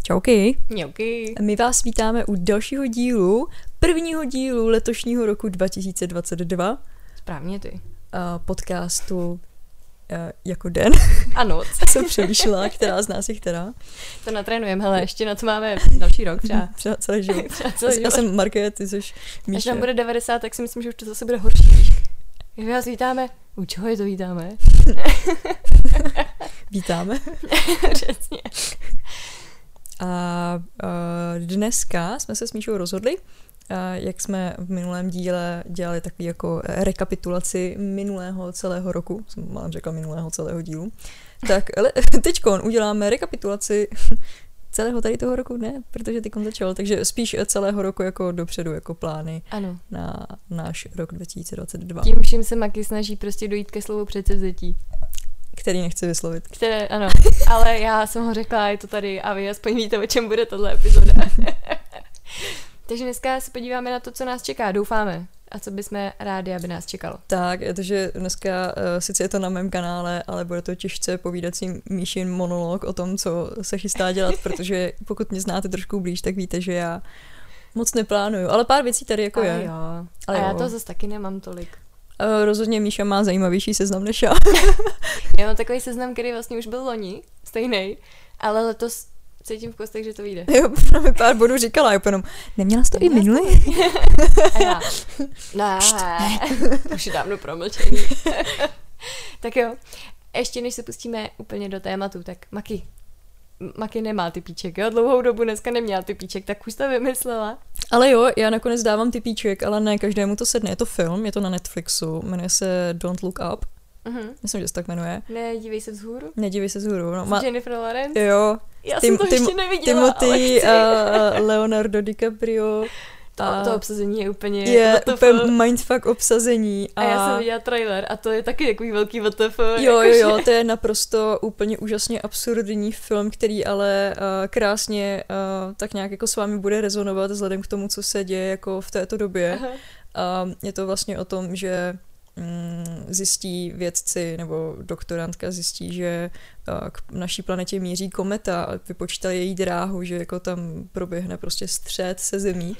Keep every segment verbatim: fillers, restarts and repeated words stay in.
Čauky. Mňauky. My vás vítáme u dalšího dílu, prvního dílu letošního roku dva tisíce dvacet dva. Správně ty. Uh, podcastu uh, jako den. A noc. Jsem přemýšlela, která z nás je která. To natrénujeme, hele, ještě na to máme další rok třeba. Třeba celý život. Třeba celý život. Já jsem Markéta, ty jsi Míša. Až nám bude devadesát, tak si myslím, že už to zase bude horší. Jak vás vítáme? U čeho je to vítáme? Vítáme. Přesně. A uh, dneska jsme se s Míšou rozhodli, uh, jak jsme v minulém díle dělali takový jako rekapitulaci minulého celého roku, jsem málem řekla minulého celého dílu, tak teďkon uděláme rekapitulaci celého tady toho roku, ne, protože teďkon začal, takže spíš celého roku jako dopředu, jako plány ano. Na náš rok dva tisíce dvacet dva. Tím vším se Maki snaží prostě dojít ke slovu předsevzetí. Který nechci vyslovit. Které, ano, ale já jsem ho řekla, je to tady a vy aspoň víte, o čem bude tato epizoda. Takže dneska se podíváme na to, co nás čeká, doufáme. A co bychom rádi, aby nás čekalo. Tak, protože dneska, uh, sice je to na mém kanále, ale bude to těžce povídací Míšin monolog o tom, co se chystá dělat, protože pokud mě znáte trošku blíž, tak víte, že já moc neplánuju. Ale pár věcí tady jako ale je. Jo. Ale a já jo. to zase taky nemám tolik. Uh, rozhodně Míša má zajímavější seznam než já. Já mám takový seznam, který vlastně už byl loni, stejnej, ale letos cítím v kostech, že to vyjde. Jo, mi pár bodů říkala, já jenom, neměla jsi to i minulý? A já, ne, to už je dávno promlčený. Tak jo, ještě než se pustíme úplně do tématu, tak Maki, Maki nemá typíček, jo, dlouhou dobu dneska neměla typíček, tak už to vymyslela. Ale jo, já nakonec dávám typíček, ale ne každému to sedne. Je to film, je to na Netflixu, jmenuje se Don't Look Up. Uh-huh. Myslím, že se tak jmenuje. Ne, dívej se vzhůru. Nedívej se vzhůru. No, má... Jennifer Lawrence. Jo. Já Tim, jsem to Tim, ještě neviděla, Timothy, ale chci. uh, Leonardo DiCaprio. To, a to obsazení je úplně je úplně mindfuck obsazení. A... a já jsem viděla trailer a to je taky takový velký W T F. Jo, jo, jo, to je naprosto úplně úžasně absurdní film, který ale uh, krásně uh, tak nějak jako s vámi bude rezonovat vzhledem k tomu, co se děje jako v této době. Uh, je to vlastně o tom, že mm, zjistí vědci nebo doktorantka zjistí, že uh, k naší planetě míří kometa a vypočítali její dráhu, že jako tam proběhne prostě střet se zemí.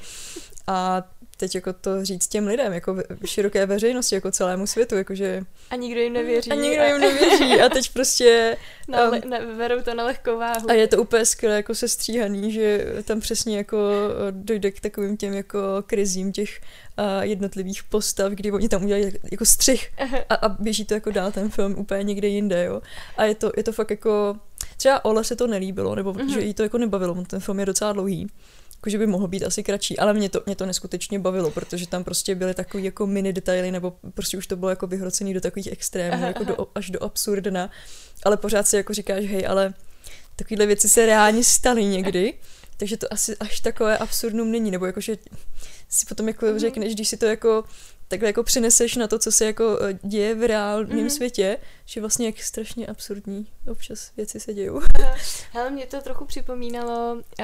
A teď jako to říct těm lidem, jako široké veřejnosti, jako celému světu, jakože... A nikdo jim nevěří. A nikdo jim nevěří a teď prostě... Na le, ne, berou to na lehkou váhu. A je to úplně skvěle jako sestříhaný, že tam přesně jako dojde k takovým těm jako krizím těch uh, jednotlivých postav, kdy oni tam udělají jako střih a, a běží to jako dál ten film úplně někde jinde, jo. A je to, je to fakt jako... Třeba Ole se to nelíbilo, nebo mm-hmm. že jí to jako nebavilo, ten film je docela dlouhý. Jakože by mohl být asi kratší, ale mě to, mě to neskutečně bavilo, protože tam prostě byly takový jako mini detaily, nebo prostě už to bylo jako vyhrocený do takových extrémů, aha, jako do, až do absurdna, ale pořád si jako říkáš, hej, ale takovýhle věci se reálně staly někdy, takže to asi až takové absurdum není, nebo jakože si potom jako mm-hmm. řekneš, když si to jako takhle jako přineseš na to, co se jako děje v reálném mm-hmm. světě, že vlastně jak strašně absurdní občas věci se dějou. Hele, mě to trochu připomínalo uh,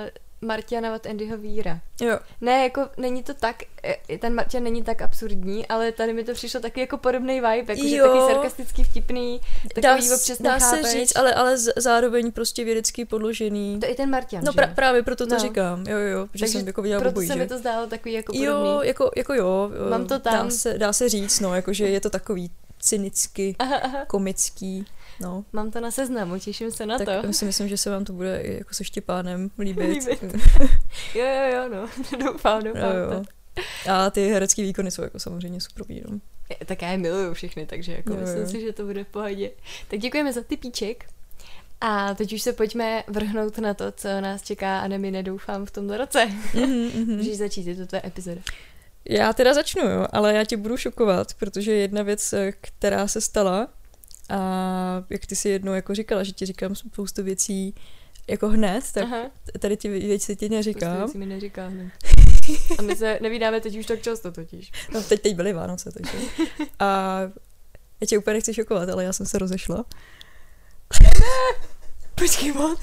Marťana od Andyho Weira. Jo. Ne, jako není to tak, ten Marťan není tak absurdní, ale tady mi to přišlo taky jako podobný vibe, jakože taky sarkastický, vtipný, takový dá, občas dá nechápeš. se říct, ale, ale z, zároveň prostě vědecky podložený. To je ten Marťan, No pra, právě proto to no. říkám, jo, jo, že takže jsem jako viděla proto obojí, se že? mi to zdálo takový jako podobný. Jo, jako, jako jo. Mám to tam. Dá se, dá se říct, no, jakože je to takový cynicky, aha, aha. komický. No. Mám to na seznamu, těším se na tak to. Tak si myslím, že se vám to bude jako se Štěpánem líbit. líbit. jo, jo, jo, no. doufám, doufám. Jo, jo. A ty herecký výkony jsou jako samozřejmě super. No. Tak já je miluju všechny, takže jako jo, myslím jo. si, že to bude v pohodě. Tak děkujeme za tipíček. A teď už se pojďme vrhnout na to, co nás čeká a nemi nedoufám v tomto roce. Mm-hmm, mm-hmm. Můžeš začít, je to tvoje epizoda. Já teda začnu, jo, ale já tě budu šokovat, protože jedna věc, která se stala, a jak ty si jednou jako říkala, že ti říkám spoustu věcí jako hned, tak aha. tady ty věci ti neříkám. Spoustu věcí mi neříkám. Ne. A my se nevídáme teď už tak často totiž. No teď, teď byly Vánoce, takže. A já tě úplně nechci šokovat, ale já jsem se rozešla. Počkej, what?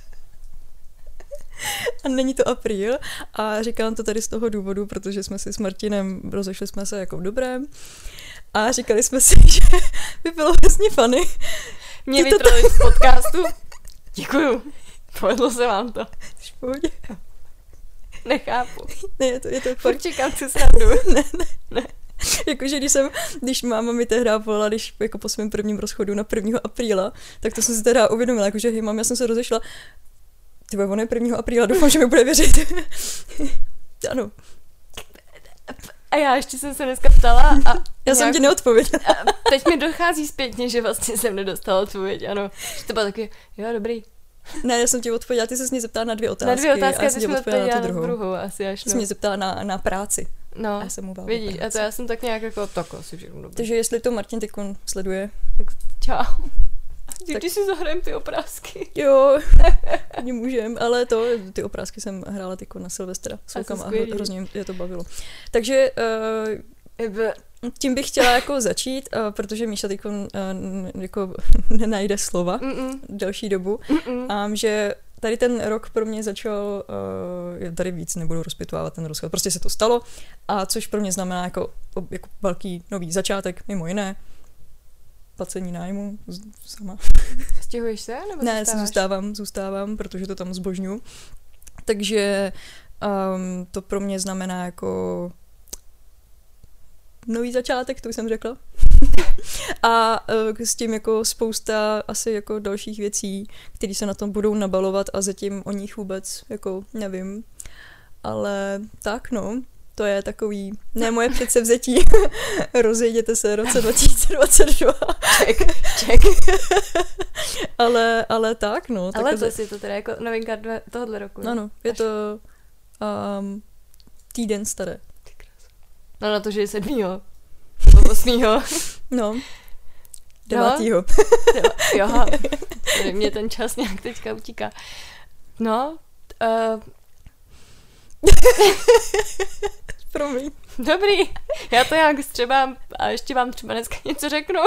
A není to apríl a říkám to tady z toho důvodu, protože jsme si s Martinem rozešli jsme se jako v dobrém a říkali jsme si, že by bylo hrozně funny. Mě vytrali z podcastu. Děkuju. Povedlo se vám to. V pohodě. Nechápu. Ne, je to, je to fakt. Furt čekám tu srandu. ne, ne, ne. Jakože když jsem, když máma mi tehdy volala, když jako po svém prvním rozchodu na prvního apríla, tak to jsem si tehdy uvědomila, jakože hej, mám, já jsem se rozešla. Ty vole, ono je prvního apríla, doufám, že mi bude věřit. Ano. A já ještě jsem se dneska ptala a... Já nějak... jsem ti neodpověděla. A teď mi dochází zpětně, že vlastně jsem nedostala odpověď, ano. Že to bylo taky, jo, dobrý. Ne, já jsem ti odpověděla, ty se mě zeptala na dvě otázky. Na dvě otázky, a já ty jsem jsi ti mi odpověděla na tu druhou. druhou. druhou asi až, Ty no. jsi mě zeptala na, na práci. No, a já jsem mu bála vidíš, a to já jsem tak nějak jako, tak asi všechno dobrý. Takže jestli to Martin Tykon sleduje. Tak čau. Ty, Tak- ty si zahrajem ty obrázky. Jo, ani můžem, ale to, ty oprázky jsem hrála tyko na Silvestra s holkama a skvělý. hrozně je to bavilo. Takže uh, tím bych chtěla jako začít, uh, protože Míša tyko uh, jako nenajde slova Mm-mm. delší dobu. Mm-mm. A že tady ten rok pro mě začal, uh, tady víc nebudu rozpitvávat ten rozchod, prostě se to stalo, a což pro mě znamená jako, jako velký nový začátek, mimo jiné, placení nájmu z- sama. Stěhuješ se? Nebo Ne, zůstáváš? zůstávám, zůstávám, protože to tam zbožňuji. Takže um, to pro mě znamená jako nový začátek, to už jsem řekla. A uh, s tím jako spousta asi jako dalších věcí, které se na tom budou nabalovat a zatím o nich vůbec jako nevím. Ale tak no, to je takový, ne moje předsevzetí, rozjeděte se v roce dva tisíce dvacet dva. Ček, ček. ale, ale tak no. Ale takhle- to si to teda jako novinka dve, tohohle roku. ne? Ano, je Až- to um, týden staré. Ty krása. No na to, že je sedmýho. To osmýho. No, devátýho. Jo, mě ten čas nějak teďka utíká. No, uh, Promiň. dobrý. Já to nějak střebám a ještě vám třeba dneska něco řeknu.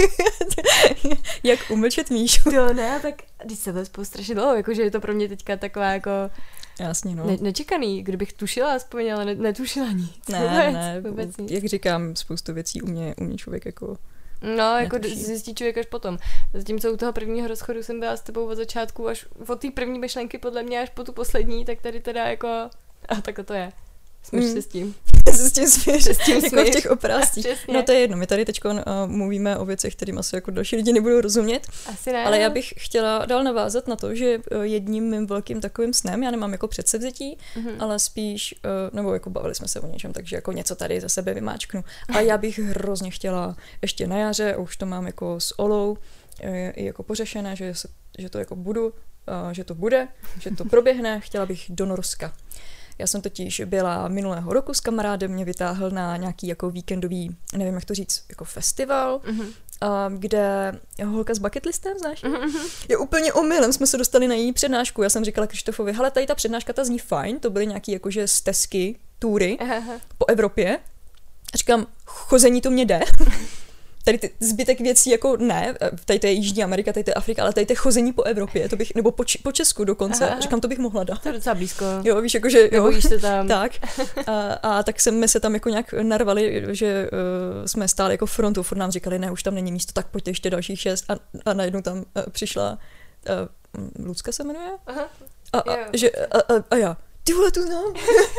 Jak umlčet Míšu. Jo, ne, tak když se bylo strašně dlouho, jakože je to pro mě teďka taková jako Jasně, no. ne, nečekaný, kdybych tušila aspoň, ale ne, netušila nic. Ne, vůbec, ne, vůbec nic. jak říkám, spoustu věcí u mě, u mě člověk jako... No, jako netuší. zjistí člověk až potom. Zatímco u toho prvního rozchodu jsem byla s tebou od začátku až od té první myšlenky podle mě až po tu poslední, tak tady teda jako... A takhle to je. Smíš Mm. se s tím. se s tím směš, Se s tím jako směš. v těch oprázcích. Přesně. No to je jedno, my tady teď uh, mluvíme o věcech, kterým asi jako další lidi nebudou rozumět, Asi ne. ale já bych chtěla dál navázat na to, že uh, jedním mým velkým takovým snem, já nemám jako předsevzetí, Mhm. ale spíš, uh, nebo jako bavili jsme se o něčem, takže jako něco tady za sebe vymáčknu. A já bych hrozně chtěla ještě na jaře, a už to mám jako s Olou, je, i jako pořešené, že, se, že to jako budu, uh, že to bude, že to proběhne, chtěla bych do Norska. Já jsem totiž byla minulého roku s kamarádem, mě vytáhl na nějaký jako víkendový, nevím jak to říct, jako festival, Mhm. uh, kde holka s bucketlistem, znáš? Mhm. Je úplně omylem, jsme se dostali na její přednášku. Já jsem říkala Krištofovi, hele, tady ta přednáška, ta zní fajn, to byly nějaký jakože stezky, túry Aha. po Evropě. A říkám, chození to mě jde. Tady ty zbytek věcí jako ne, tady to je Jižní Amerika, tady to je Afrika, ale tady to je chození po Evropě, to bych, nebo po, Č- po Česku dokonce. Aha. Říkám, to bych mohla dát. To je docela blízko. Jo, víš, jakože, jo. Nebojíš se tam. Tak. A, a tak jsme se tam jako nějak narvali, že uh, jsme stáli jako frontu, furt nám říkali, ne, už tam není místo, tak pojďte ještě dalších šest. A, a najednou tam uh, přišla, uh, Lucka se jmenuje? Aha. A, a, Jo. že, a, a, a já, ty vole, tu znám.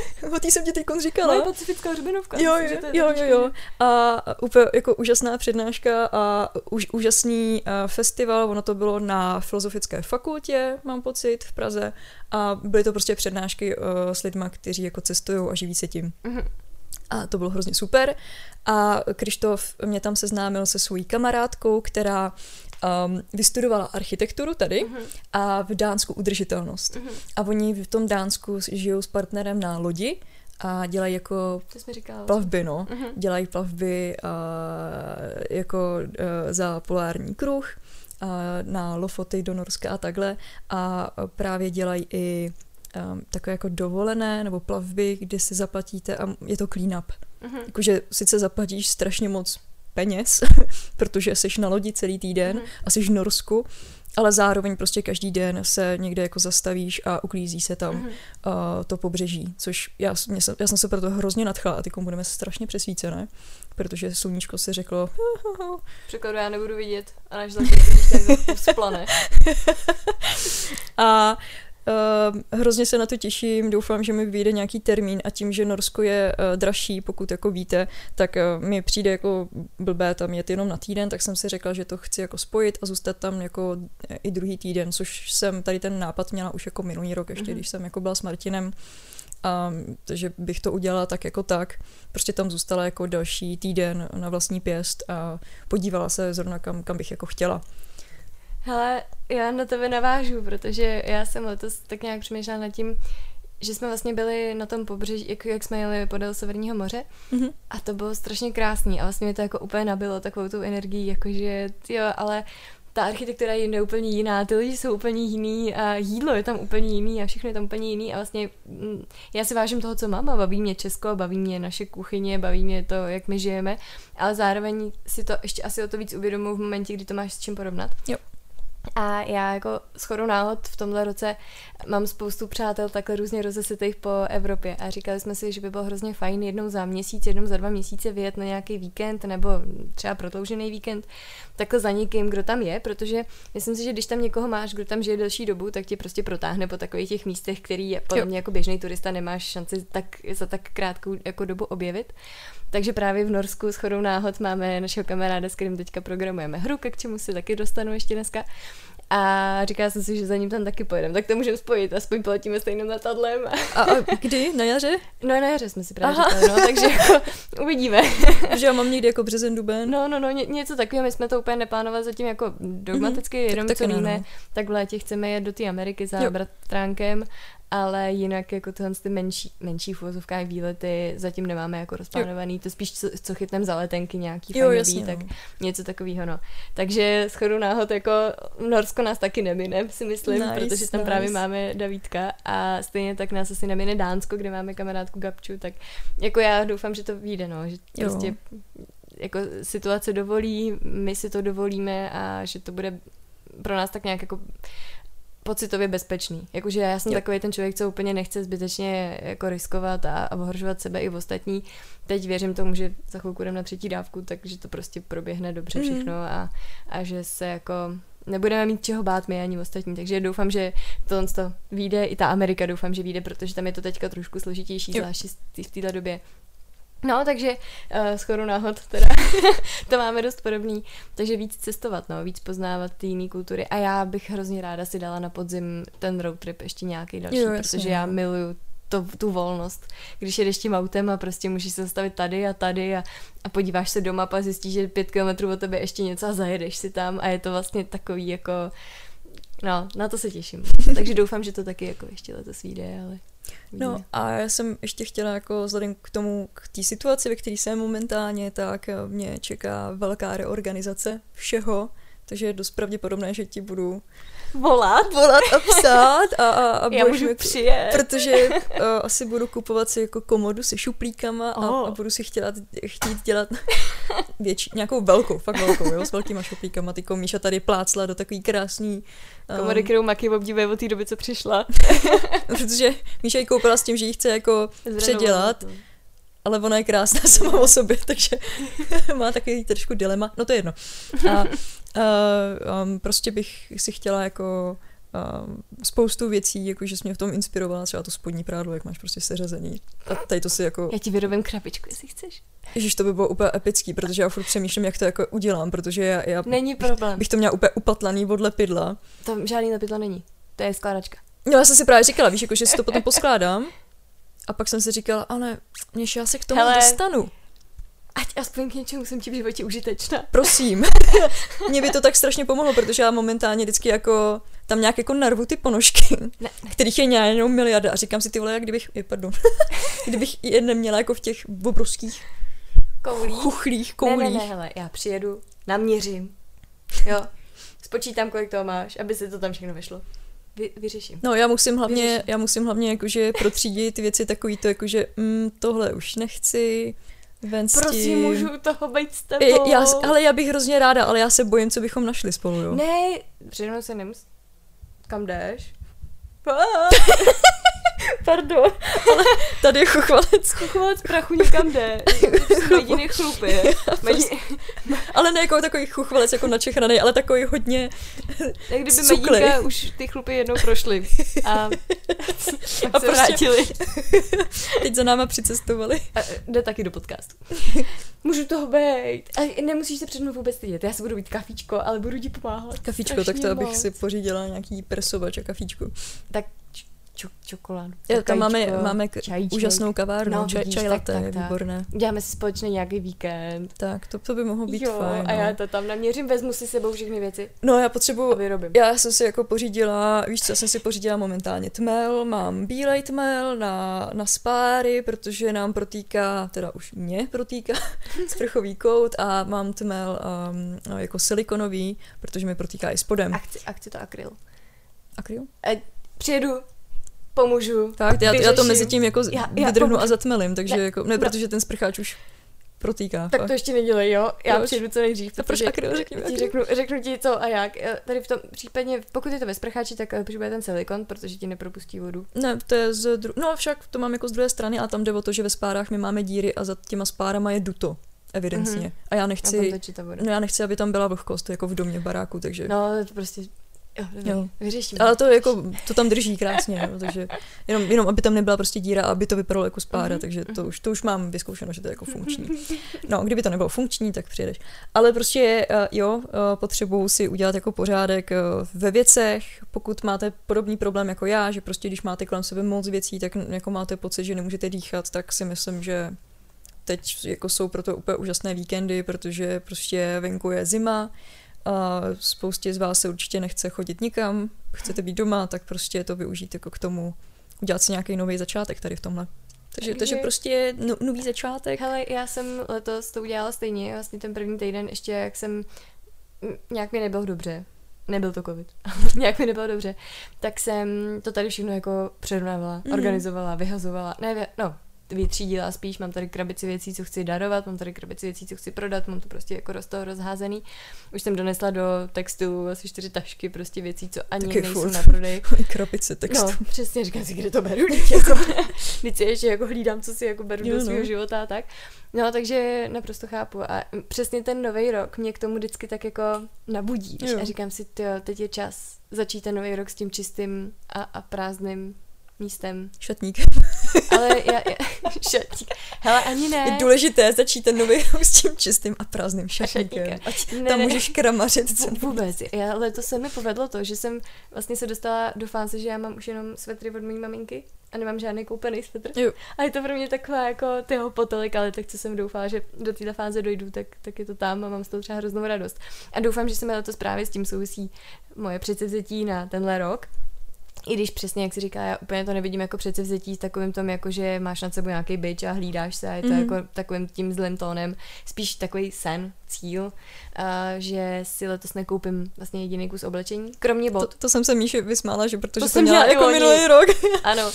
O tý jsem ti teďkon říkala. Moje pacifická hřbenovka. Jo, myslím, že jo, to je jo, trošičku jo, jo. A úplně jako úžasná přednáška a už, úžasný uh, festival, ono to bylo na Filozofické fakultě, mám pocit, v Praze, a byly to prostě přednášky uh, s lidma, kteří jako cestují a živí se tím. Mhm. A to bylo hrozně super. A Krištof mě tam seznámil se svojí kamarádkou, která um, vystudovala architekturu tady Mhm. a v Dánsku udržitelnost. Mhm. A oni v tom Dánsku žijou s partnerem na lodi a dělají jako To jsi mi říkala. plavby, no. Mhm. Dělají plavby uh, jako uh, za polární kruh, uh, na Lofoty do Norska a takhle. A právě dělají i um, takové jako dovolené nebo plavby, kde si zaplatíte a je to clean up. Mhm. Jakože sice zaplatíš strašně moc peněz, protože jsi na lodi celý týden Mhm. a jsi v Norsku, ale zároveň prostě každý den se někde jako zastavíš a uklízí se tam mm-hmm. uh, to pobřeží, což já, mě jsem, já jsem se proto hrozně nadchla a tykom budeme strašně přesvícené, protože sluníčko si řeklo překladu, já nebudu vidět a než za to splane. A Uh, hrozně se na to těším, doufám, že mi vyjde nějaký termín a tím, že Norsko je uh, dražší, pokud jako víte, tak uh, mi přijde jako blbé tam jet jenom na týden, tak jsem si řekla, že to chci jako spojit a zůstat tam jako i druhý týden, což jsem tady ten nápad měla už jako minulý rok, ještě mm-hmm. když jsem jako byla s Martinem, a, takže bych to udělala tak jako tak, prostě tam zůstala jako další týden na vlastní pěst a podívala se zrovna kam, kam bych jako chtěla. Hele, já na tebe navážu, protože já jsem letos tak nějak přemýšlela nad tím, že jsme vlastně byli na tom pobřeží, jak, jak jsme jeli podél Severního moře mm-hmm. a to bylo strašně krásný a vlastně mi to jako úplně nabilo takovou tu energii, jakože jo, ale ta architektura je jinde úplně jiná, ty lidi jsou úplně jiný a jídlo je tam úplně jiný a všechno je tam úplně jiný a vlastně m, já si vážím toho, co mám a baví mě Česko, baví mě naše kuchyně, baví mě to, jak my žijeme, ale zároveň si to ještě asi o to víc uvědomuji v momentě, kdy to máš s čím porovnat. Jo. A já jako shodou náhod v tomhle roce mám spoustu přátel takhle různě rozesetých po Evropě a říkali jsme si, že by bylo hrozně fajn jednou za měsíc, jednou za dva měsíce vyjet na nějaký víkend nebo třeba prodloužený víkend takhle za někým, kdo tam je, protože myslím si, že když tam někoho máš, kdo tam žije delší dobu, tak tě prostě protáhne po takových těch místech, který je podle mě jako běžný turista nemáš šanci tak, za tak krátkou jako dobu objevit. Takže právě v Norsku shodou náhod máme našeho kamaráda, s kterým teďka programujeme hru, k čemu si taky dostanu ještě dneska. A říkala jsem si, že za ním tam taky pojedeme, tak to můžeme spojit, aspoň poletíme stejným letadlem. A, a kdy? Na jaře? No na jaře jsme si právě Aha. říkali, no, takže jako uvidíme. Že já mám někdy jako březen, duben. No, no, no, ně, něco takového, my jsme to úplně neplánovali zatím jako dogmaticky, mm-hmm. jenom tak, co víme, no. Tak v létě chceme jet do té Ameriky za jo. bratránkem, ale jinak jako tyhle ty menší, menší v uvozovkách výlety zatím nemáme jako rozplánovaný, jo. To spíš co, co chytnem za letenky nějaký jo, fajnový, jasně, tak no. Něco takového, no. Takže shodou náhod jako Norsko nás taky nemine, si myslím, nice, protože tam nice. Právě máme Davídka a stejně tak nás asi nemine Dánsko, kde máme kamarádku Gabču, tak jako já doufám, že to vyjde, no, že prostě jo. Jako situace dovolí, my si to dovolíme a že to bude pro nás tak nějak jako pocitově bezpečný. Jakože já jsem jo. takový ten člověk, co úplně nechce zbytečně jako riskovat a, a ohrožovat sebe i v ostatní. Teď věřím tomu, že za chvilku jdem na třetí dávku, takže to prostě proběhne dobře všechno mm. a, a že se jako nebudeme mít čeho bát my ani ostatní, takže doufám, že tohle to vyjde, i ta Amerika doufám, že vyjde, protože tam je to teďka trošku složitější, zvlášť v této době. No, takže uh, shodou náhod teda to máme dost podobný, takže víc cestovat, no, víc poznávat ty jiné kultury a já bych hrozně ráda si dala na podzim ten road trip ještě nějaký další, jo, jasně, protože já miluju to, tu volnost, když jedeš tím autem a prostě můžeš se zastavit tady a tady a, a podíváš se do map a zjistíš, že pět kilometrů od tebe ještě něco a zajedeš si tam a je to vlastně takový jako, no, na to se těším, takže doufám, že to taky jako ještě letos vyjde, ale no a já jsem ještě chtěla jako vzhledem k tomu, k té situaci, ve které jsem momentálně, tak mě čeká velká reorganizace všeho, takže je dost pravděpodobné, že ti budu volat, volat a psát a, a, a já můžu přijet. Protože uh, asi budu kupovat si jako komodu se šuplíkama a, oh. a budu si chtělat, chtít dělat větší, nějakou velkou, fakt velkou, jo, s velkýma šuplíkama. Tyko Míša tady plácla do takový krásný um, komody, kterou Maki obdivuje od té doby, co přišla. Protože Míša ji koupila s tím, že ji chce jako předělat, ale ona je krásná sama o sobě, takže má takový trošku dilema. No to je jedno. A Uh, um, prostě bych si chtěla jako um, spoustu věcí, jako že jsi mě v tom inspirovala, třeba to spodní prádlo, jak máš prostě seřazený. A tady to si jako... Já ti vyrobím krabičku, jestli chceš. Ježiš, to by bylo úplně epický, protože já furt přemýšlím, jak to jako udělám, protože já, já není problém. Bych, bych to měla úplně upatlaný od lepidla. To žádný lepidlo není, to je skládačka. No já jsem si právě říkala, víš, jako, že si to potom poskládám a pak jsem si říkala, ale než já se k tomu Hele. dostanu. Ať aspoň k něčemu jsem ti v životě užitečná. Prosím. Mně by to tak strašně pomohlo, protože já momentálně vždycky jako tam nějak jako narvu ty ponožky, ne, ne. kterých je nějakou miliarda a říkám si ty vole, jak kdybych, je, pardon, kdybych je neměla jako v těch obrovských koulích, chuchlých koulích. Ne, ne, ne, hele, já přijedu, naměřím, jo, spočítám, kolik toho máš, aby se to tam všechno vešlo. Vy, vyřeším. No já musím hlavně, vyřeším. já musím hlavně jakože protřídit věci takový to, jakože mm, tohle už nechci, ven s Prosím, tím. můžu toho být s tebou. Já, ale já bych hrozně ráda, ale já se bojím, co bychom našli spolu, jo. Ne, přede se nemus... Kam jdeš? Pardon, ale tady je chuchvalec. Chuchvalec prachu někam jde. Mediny chlupy. Medí... Ale ne jako takový chuchvalec jako načechranej, ale takový hodně Jak kdyby cuklej. medínka už ty chlupy jednou prošly. A, a, a se prostě- vrátili. teď za náma přicestovali. A jde taky do podcastu. Můžu toho být. A nemusíš se před mnou vůbec stydět. Já si budu mít kafíčko, ale budu ti pomáhat. Kafíčko, Strašně tak to abych moc. si pořídila nějaký presovač a kafíčko. Tak Čok, čokoládu. Jo, tam máme, máme k- čajíček. úžasnou kavárnu, No, čaj, vidíš, čaj tak, latte, tak, je tak. výborné. Děláme si společně nějaký víkend. Tak, to, to by mohlo být jo, fajn. a no. já to tam naměřím, vezmu si sebou všechny věci No já a potřebuji, vyrobím. já jsem si jako pořídila, víš co, já jsem si pořídila momentálně tmel, mám bílej tmel na, na spáry, protože nám protýká, teda už mě protýká sprchový kout a mám tmel um, jako silikonový, protože mi protýká i spodem. A chci, a chci to akryl. Akryl? A přijedu, pomůžu. Tak, já, já to mezi tím jako Já- já vydrhnu pomůžu. a zatmelím, takže Ne, jako, ne, no. protože ten sprcháč už protýká. Tak fakt. to ještě nedělej, jo? Já Proč? přijedu co nejdřív. A proč protože akryl? Řekni mi ti akryl. řeknu, řeknu ti co a jak. Eh, Tady v tom případně, pokud je to ve sprcháči, tak eh, potřebuje ten silikon, protože ti nepropustí vodu. Ne, to je z dru- no však to mám jako z druhé strany, ale tam jde o to, že ve spárách my máme díry a za těma spárama je duto, evidentně. Mhm. A já A tam nechci, teče ta voda. no já nechci, aby tam byla vlhkost, jako v domě, v baráku, takže... No, to prostě, jo, Jo. jo. vyřešíme. Ale to jako, to tam drží krásně, no, takže jenom, jenom, aby tam nebyla prostě díra a aby to vypadalo jako spára, Mhm, takže to mhm. už, to už mám vyzkoušeno, že to je jako funkční. No, kdyby to nebylo funkční, tak přijedeš. Ale prostě, uh, jo, uh, potřebuju si udělat jako pořádek uh, ve věcech, pokud máte podobný problém jako já, že prostě když máte kolem sebe moc věcí, tak jako máte pocit, že nemůžete dýchat, tak si myslím, že teď jako jsou pro to úplně úžasné víkendy, protože prostě venku je zima, a spoustě z vás se určitě nechce chodit nikam, chcete být doma, tak prostě to využít jako k tomu, udělat si nějaký nový začátek tady v tomhle. Takže, takže prostě no, nový začátek. Hele, já jsem letos to udělala stejně, vlastně ten první týden ještě, jak jsem, m, nějak mi nebylo dobře, nebyl to covid, nějak mi nebylo dobře, tak jsem to tady všechno jako přerovnávala, Mhm. organizovala, vyhazovala, ne, vy- no, vytřídila spíš, mám tady krabici věcí, co chci darovat, mám tady krabici věcí, co chci prodat, mám to prostě jako roz toho rozházený. Už jsem donesla do textu asi čtyři tašky prostě věcí, co ani Taky nejsou furt. na prodej. Krabice textu. No, přesně, říkám si, kde to beru, teď jako, teď si ještě jako hlídám, co si jako beru Jo, do no. svého života a tak. No, takže naprosto chápu a přesně ten nový rok mě k tomu vždycky tak jako nabudí, víš, Jo. a říkám si, tyjo, teď je čas začít ten nový rok s tím čistým a, a prázdným místem. Šatník. Ale já, já šatník. Hele, ani ne. Je důležité začít ten nový rok s tím čistým a prázdným šatníkem. šatníkem. Ať Ne, tam ne. můžeš kramařit. co V- Vůbec. Já, ale to se mi povedlo to, že jsem vlastně se dostala do fáze, že já mám už jenom svetry od mojí maminky a nemám žádný koupený svetr. Jo. A je to pro mě taková jako tyho po tolika letech, co jsem doufala, že do této fáze dojdu, tak, tak je to tam a mám z toho třeba hroznou radost. A doufám, že se mi letos právě s tím souvisí moje předsevzetí na tenhle rok. I když přesně, jak si říká, já úplně to nevidím jako předsevzetí s takovým tom, jako že máš nad sebou nějaký bič a hlídáš se a je to Mhm. mm-hmm. jako takovým tím zlým tónem. Spíš takový sen, cíl, a že si letos nekoupím vlastně jediný kus oblečení, kromě To, bot. to jsem se Míše vysmála, že protože To to jsem měla měla i jako loni. minulý rok. Ano.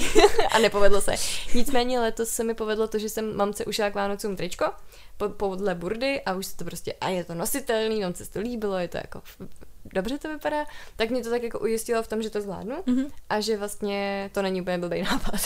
A nepovedlo se. Nicméně letos se mi povedlo to, že jsem mamce ušila k Vánocům tričko po, podle burdy a už se to prostě, a je to nositelný, mamce se to líbilo, je to jako dobře to vypadá, tak mě to tak jako ujistilo v tom, že to zvládnu Mhm. a že vlastně to není úplně blbý nápad.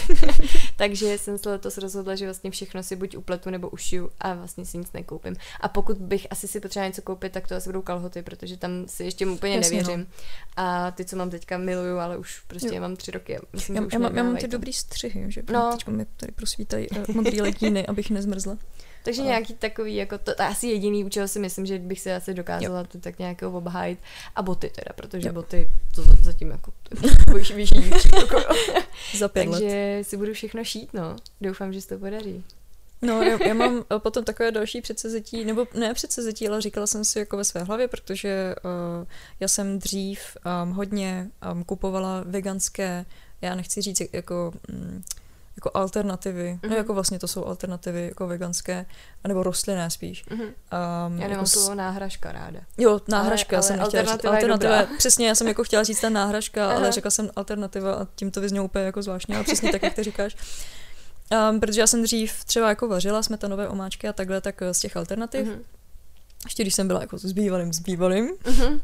Takže jsem se letos rozhodla, že vlastně všechno si buď upletu nebo ušiju a vlastně si nic nekoupím. A pokud bych asi si potřebovala něco koupit, tak to asi budou kalhoty, protože tam si ještě úplně Jasně, nevěřím. no. A ty, co mám teďka, miluju, ale už prostě Jo. je mám tři roky. a Myslím, Já, že už já, mám, já mám nedávají ty to. dobrý střihy, že No. no. Teďko mi tady prosvítají uh, modrý legíny, abych nezmrzla. Takže A- nějaký takový, jako to, to je asi jediný, u čeho si myslím, že bych se asi dokázala to tak nějakého obhájit. A boty teda, protože Jo. boty, to za- zatím jako to je vyšší. Jako, Za pět let. takže si budu všechno šít, no. Doufám, že se to podaří. No, já, já mám eh, potom takové další předsevzetí, nebo ne předsevzetí, ale říkala jsem si jako ve své hlavě, protože uh, já jsem dřív um, hodně um, kupovala veganské, já nechci říct jako, um, jako alternativy, mm-hmm. no Mhm. jako vlastně to jsou alternativy jako veganské, anebo rostlinné spíš. Mhm. Um, Já jako nemám s- slovo náhražka ráda. Jo, náhražka Ale- jsem ale nechtěla říct. alternativa je Alternativa, dobrá. přesně, já jsem jako chtěla říct ta náhražka, Aha. ale řekla jsem alternativa a tím to vyznělo úplně jako zvláštně, ale přesně tak, jak ty říkáš. Um, protože já jsem dřív třeba jako vařila smetanové omáčky a takhle, tak z těch alternativ. Mm-hmm. Ještě když jsem byla jako s bývalým, s bývalým. Mm-hmm.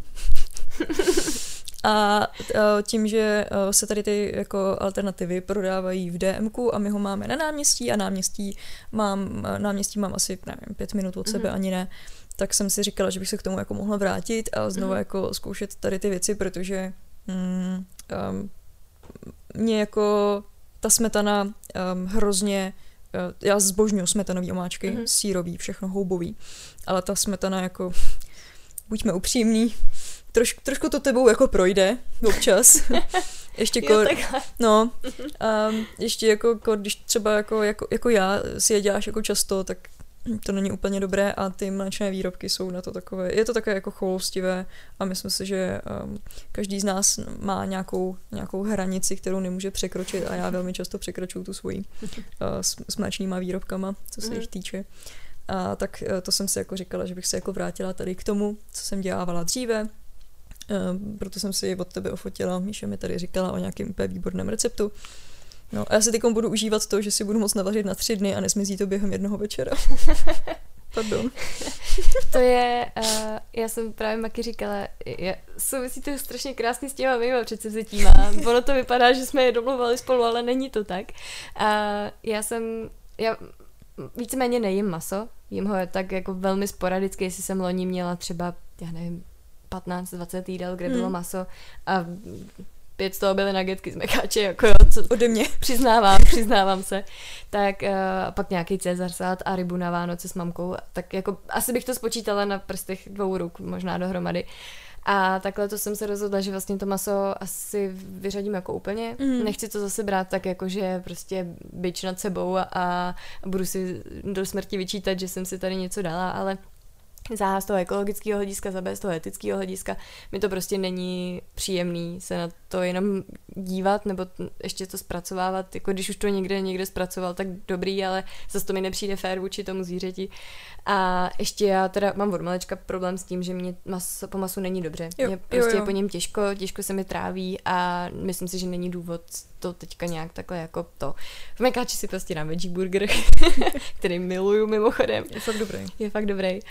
A tím, že se tady ty jako alternativy prodávají v DMku a my ho máme na náměstí a náměstí mám, náměstí mám asi, nevím, pět minut od sebe, mm-hmm. ani ne, tak jsem si říkala, že bych se k tomu jako mohla vrátit a znovu mm-hmm. jako zkoušet tady ty věci, protože mm, um, mě jako ta smetana um, hrozně, uh, já zbožňuji smetanový omáčky, mm-hmm. sírový, všechno houbový, ale ta smetana jako, buďme upřímní, Troš, trošku to tebou jako projde občas. Ještě kor, no, um, ještě jako kor, když třeba jako, jako, jako já si je děláš jako často, tak to není úplně dobré a ty mléčné výrobky jsou na to takové, je to takové jako choulostivé a myslím si, že um, každý z nás má nějakou, nějakou hranici, kterou nemůže překročit a já velmi často překračuju tu svoji uh, s, s mléčnýma výrobkama, co se jich týče. A tak uh, to jsem si jako říkala, že bych se jako vrátila tady k tomu, co jsem dělávala dříve. Uh, proto jsem si od tebe ofotila. Míša mi tady říkala o nějakém úplně výborném receptu. No a já si teď budu užívat to, že si budu moct navařit na tři dny a nesmizí to během jednoho večera. Pardon. To je, uh, já jsem právě Maki říkala, je, souvisí to strašně krásně s těma mýma předsevzetíma. Ono to vypadá, že jsme je domluvali spolu, ale není to tak. Uh, já jsem, já víceméně nejím maso, jím ho tak jako velmi sporadicky, jestli jsem loni měla třeba, já nevím, patnáct dvacet jídel, kde hmm. bylo maso a pět z toho byly nuggetky z mekáče, jako jo, co ode mě. Přiznávám, přiznávám se. Tak uh, pak nějaký Cezar salát a rybu na Vánoce s mamkou, tak jako asi bych to spočítala na prstech dvou ruk, možná dohromady. A takhle to jsem se rozhodla, že vlastně to maso asi vyřadím jako úplně. Mm. Nechci to zase brát tak jako, že prostě bič nad sebou a, a budu si do smrti vyčítat, že jsem si tady něco dala, ale za z toho ekologického hlediska, za z toho etického hlediska mi to prostě není příjemný se na to jenom dívat nebo ještě to zpracovávat, jako když už to někde někde zpracoval, tak dobrý, ale zase to mi nepřijde fér vůči tomu zvířeti. A ještě já teda mám od malečka problém s tím, že mě maso, po masu není dobře. Jo, mě prostě jo, jo. je po něm těžko, těžko se mi tráví a myslím si, že není důvod to teďka nějak takhle jako to. V mekáči si prostě dám veggie burger, který miluju mimochodem. Je fakt dobrý. Je fakt dobrý.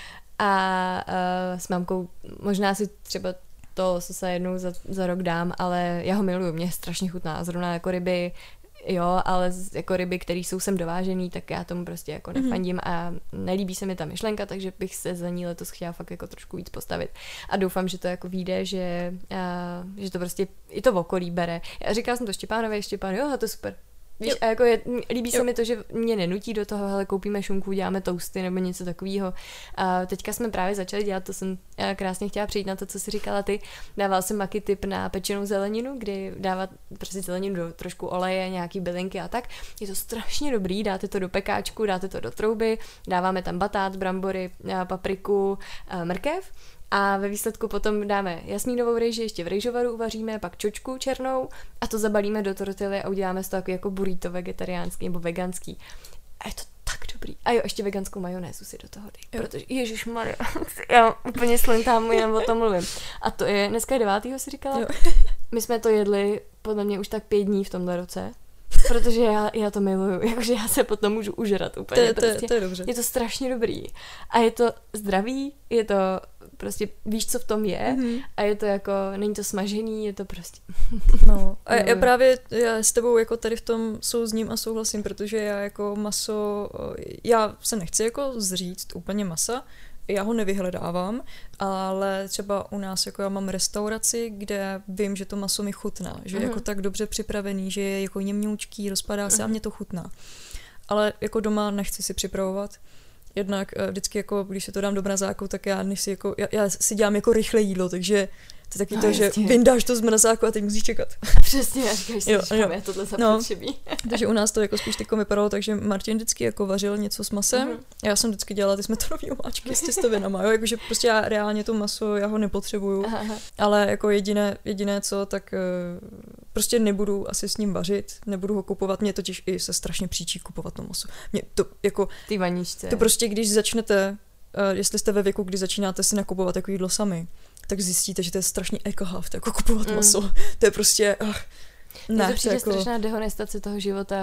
A uh, s mámkou možná si třeba to se jednou za, za rok dám, ale já ho miluju, mě strašně chutná. Zrovna jako ryby, jo, ale jako ryby, které jsou sem dovážený, tak já tomu prostě jako nefandím mm-hmm. a nelíbí se mi ta myšlenka, takže bych se za ní letos chtěla fakt jako trošku víc postavit. A doufám, že to jako vyjde, že, uh, že to prostě i to v okolí bere. Já říkala jsem to Štěpánovi, Štěpán, jo, to je super. Víš, a jako je, líbí jo. se mi to, že mě nenutí do toho, hele, koupíme šunku, děláme toasty nebo něco takového. A teďka jsme právě začali dělat, to jsem krásně chtěla přijít na to, co jsi říkala ty. Dával jsem Maki tip na pečenou zeleninu, kdy dávat prostě zeleninu do trošku oleje, nějaký bylinky a tak. Je to strašně dobrý, dáte to do pekáčku, dáte to do trouby, dáváme tam batát, brambory, papriku, mrkev. A ve výsledku potom dáme jasmínovou rejži, ještě v rejžovaru uvaříme, pak čočku černou a to zabalíme do tortily a uděláme z toho jako burrito vegetariánský nebo veganský. A je to tak dobrý. A jo, ještě veganskou majonézu si do toho dej, protože ježišmarja, já úplně slintám, jenom o tom mluvím. A to je, dneska je devátýho si říkala? Jo. My jsme to jedli podle mě už tak pět dní v tomhle roce. Protože já, já to miluju, jakože já se potom můžu užerat úplně. To je, prostě. to, to je dobře. Je to strašně dobrý. A je to zdravý, je to prostě, víš, co v tom je mm-hmm. a je to jako, není to smažený, je to prostě... No a já, já právě, já s tebou jako tady v tom souzním a souhlasím, protože já jako maso, já se nechci jako zříct úplně masa, já ho nevyhledávám, ale třeba u nás jako já mám restauraci, kde vím, že to maso mi chutná, že je mm. jako tak dobře připravený, že je jako jemňoučký, rozpadá se mm. a mě to chutná. Ale jako doma nechci si připravovat. Jednak vždycky jako, když si to dám do mrazáku, tak já, si, jako, já, já si dělám jako rychlé jídlo, takže to je taky no, to, že vyndáš to z mrazáku a teď musíš čekat. Přesně, já říkáš si, že máme tohle zapotřebí. No, takže u nás to jako spíš tyko vypadalo, takže Martin vždycky jako vařil něco s masem. Uh-huh. Já jsem vždycky dělala ty smetanový omáčky s těstovinama, jo, jakože prostě já reálně to maso, já ho nepotřebuju, uh-huh. ale jako jediné, jediné co, tak uh, prostě nebudu asi s ním vařit, nebudu ho kupovat, mě totiž i se strašně příčí kupovat to maso. Mě to jako... Ty vaničce. To prostě, když začnete, uh, jestli jste ve věku, kdy začínáte si nakupovat jako jídlo sami, tak zjistíte, že to je strašně ekohaft, jako kupovat mm. maso. To je prostě... Uh, ne, to přijde jako... strašná dehonestace toho života.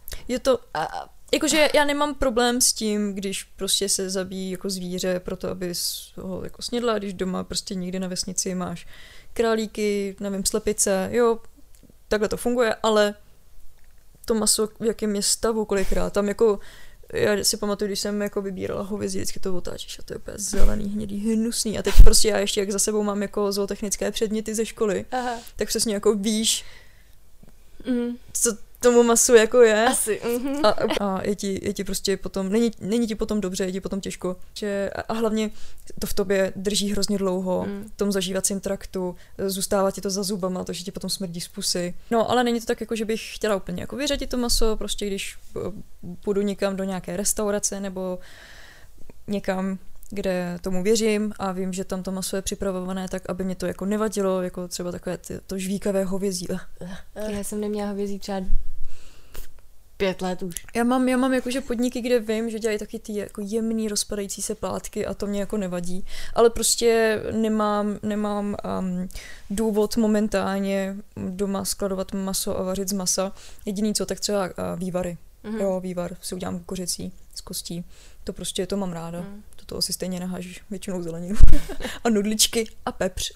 Je to... Jakože já nemám problém s tím, když prostě se zabíjí jako zvíře proto, aby ho jako snědla, když doma prostě někde na vesnici máš králíky, nevím, slepice, jo, takhle to funguje, ale to maso, v jakém je stavu kolikrát, tam jako, já si pamatuju, když jsem jako vybírala hovězí, vždycky to otáčíš a to je úplně zelený, hnědý, hnusný a teď prostě já ještě, jak za sebou mám jako zootechnické předměty ze školy, aha, tak přesně jako víš, mm. co tomu masu jako je. Asi. Mm-hmm. A, a je, ti, je ti prostě potom, není, není ti potom dobře, je ti potom těžko. Že, a hlavně to v tobě drží hrozně dlouho, mm. v tom zažívacím traktu, zůstává ti to za zubama, to, že ti potom smrdí z pusy. No, ale není to tak, jako, že bych chtěla úplně jako vyřadit to maso, prostě když půjdu někam do nějaké restaurace nebo někam, kde tomu věřím a vím, že tam to maso je připravované tak, aby mě to jako nevadilo, jako třeba takové ty, to žvíkavé hovězí. Já jsem neměla hovězí třeba pět let už. Já mám, já mám jakože podniky, kde vím, že dělají taky ty jako jemný rozpadající se plátky a to mě jako nevadí. Ale prostě nemám, nemám um, důvod momentálně doma skladovat maso a vařit z masa. Jediný co, tak třeba uh, vývary. Mm-hmm. Jo, vývar si udělám kuřecí z kostí. To prostě, to mám ráda. Mm. Do toho si stejně nahážíš většinou zeleninu. A nudličky a pepř.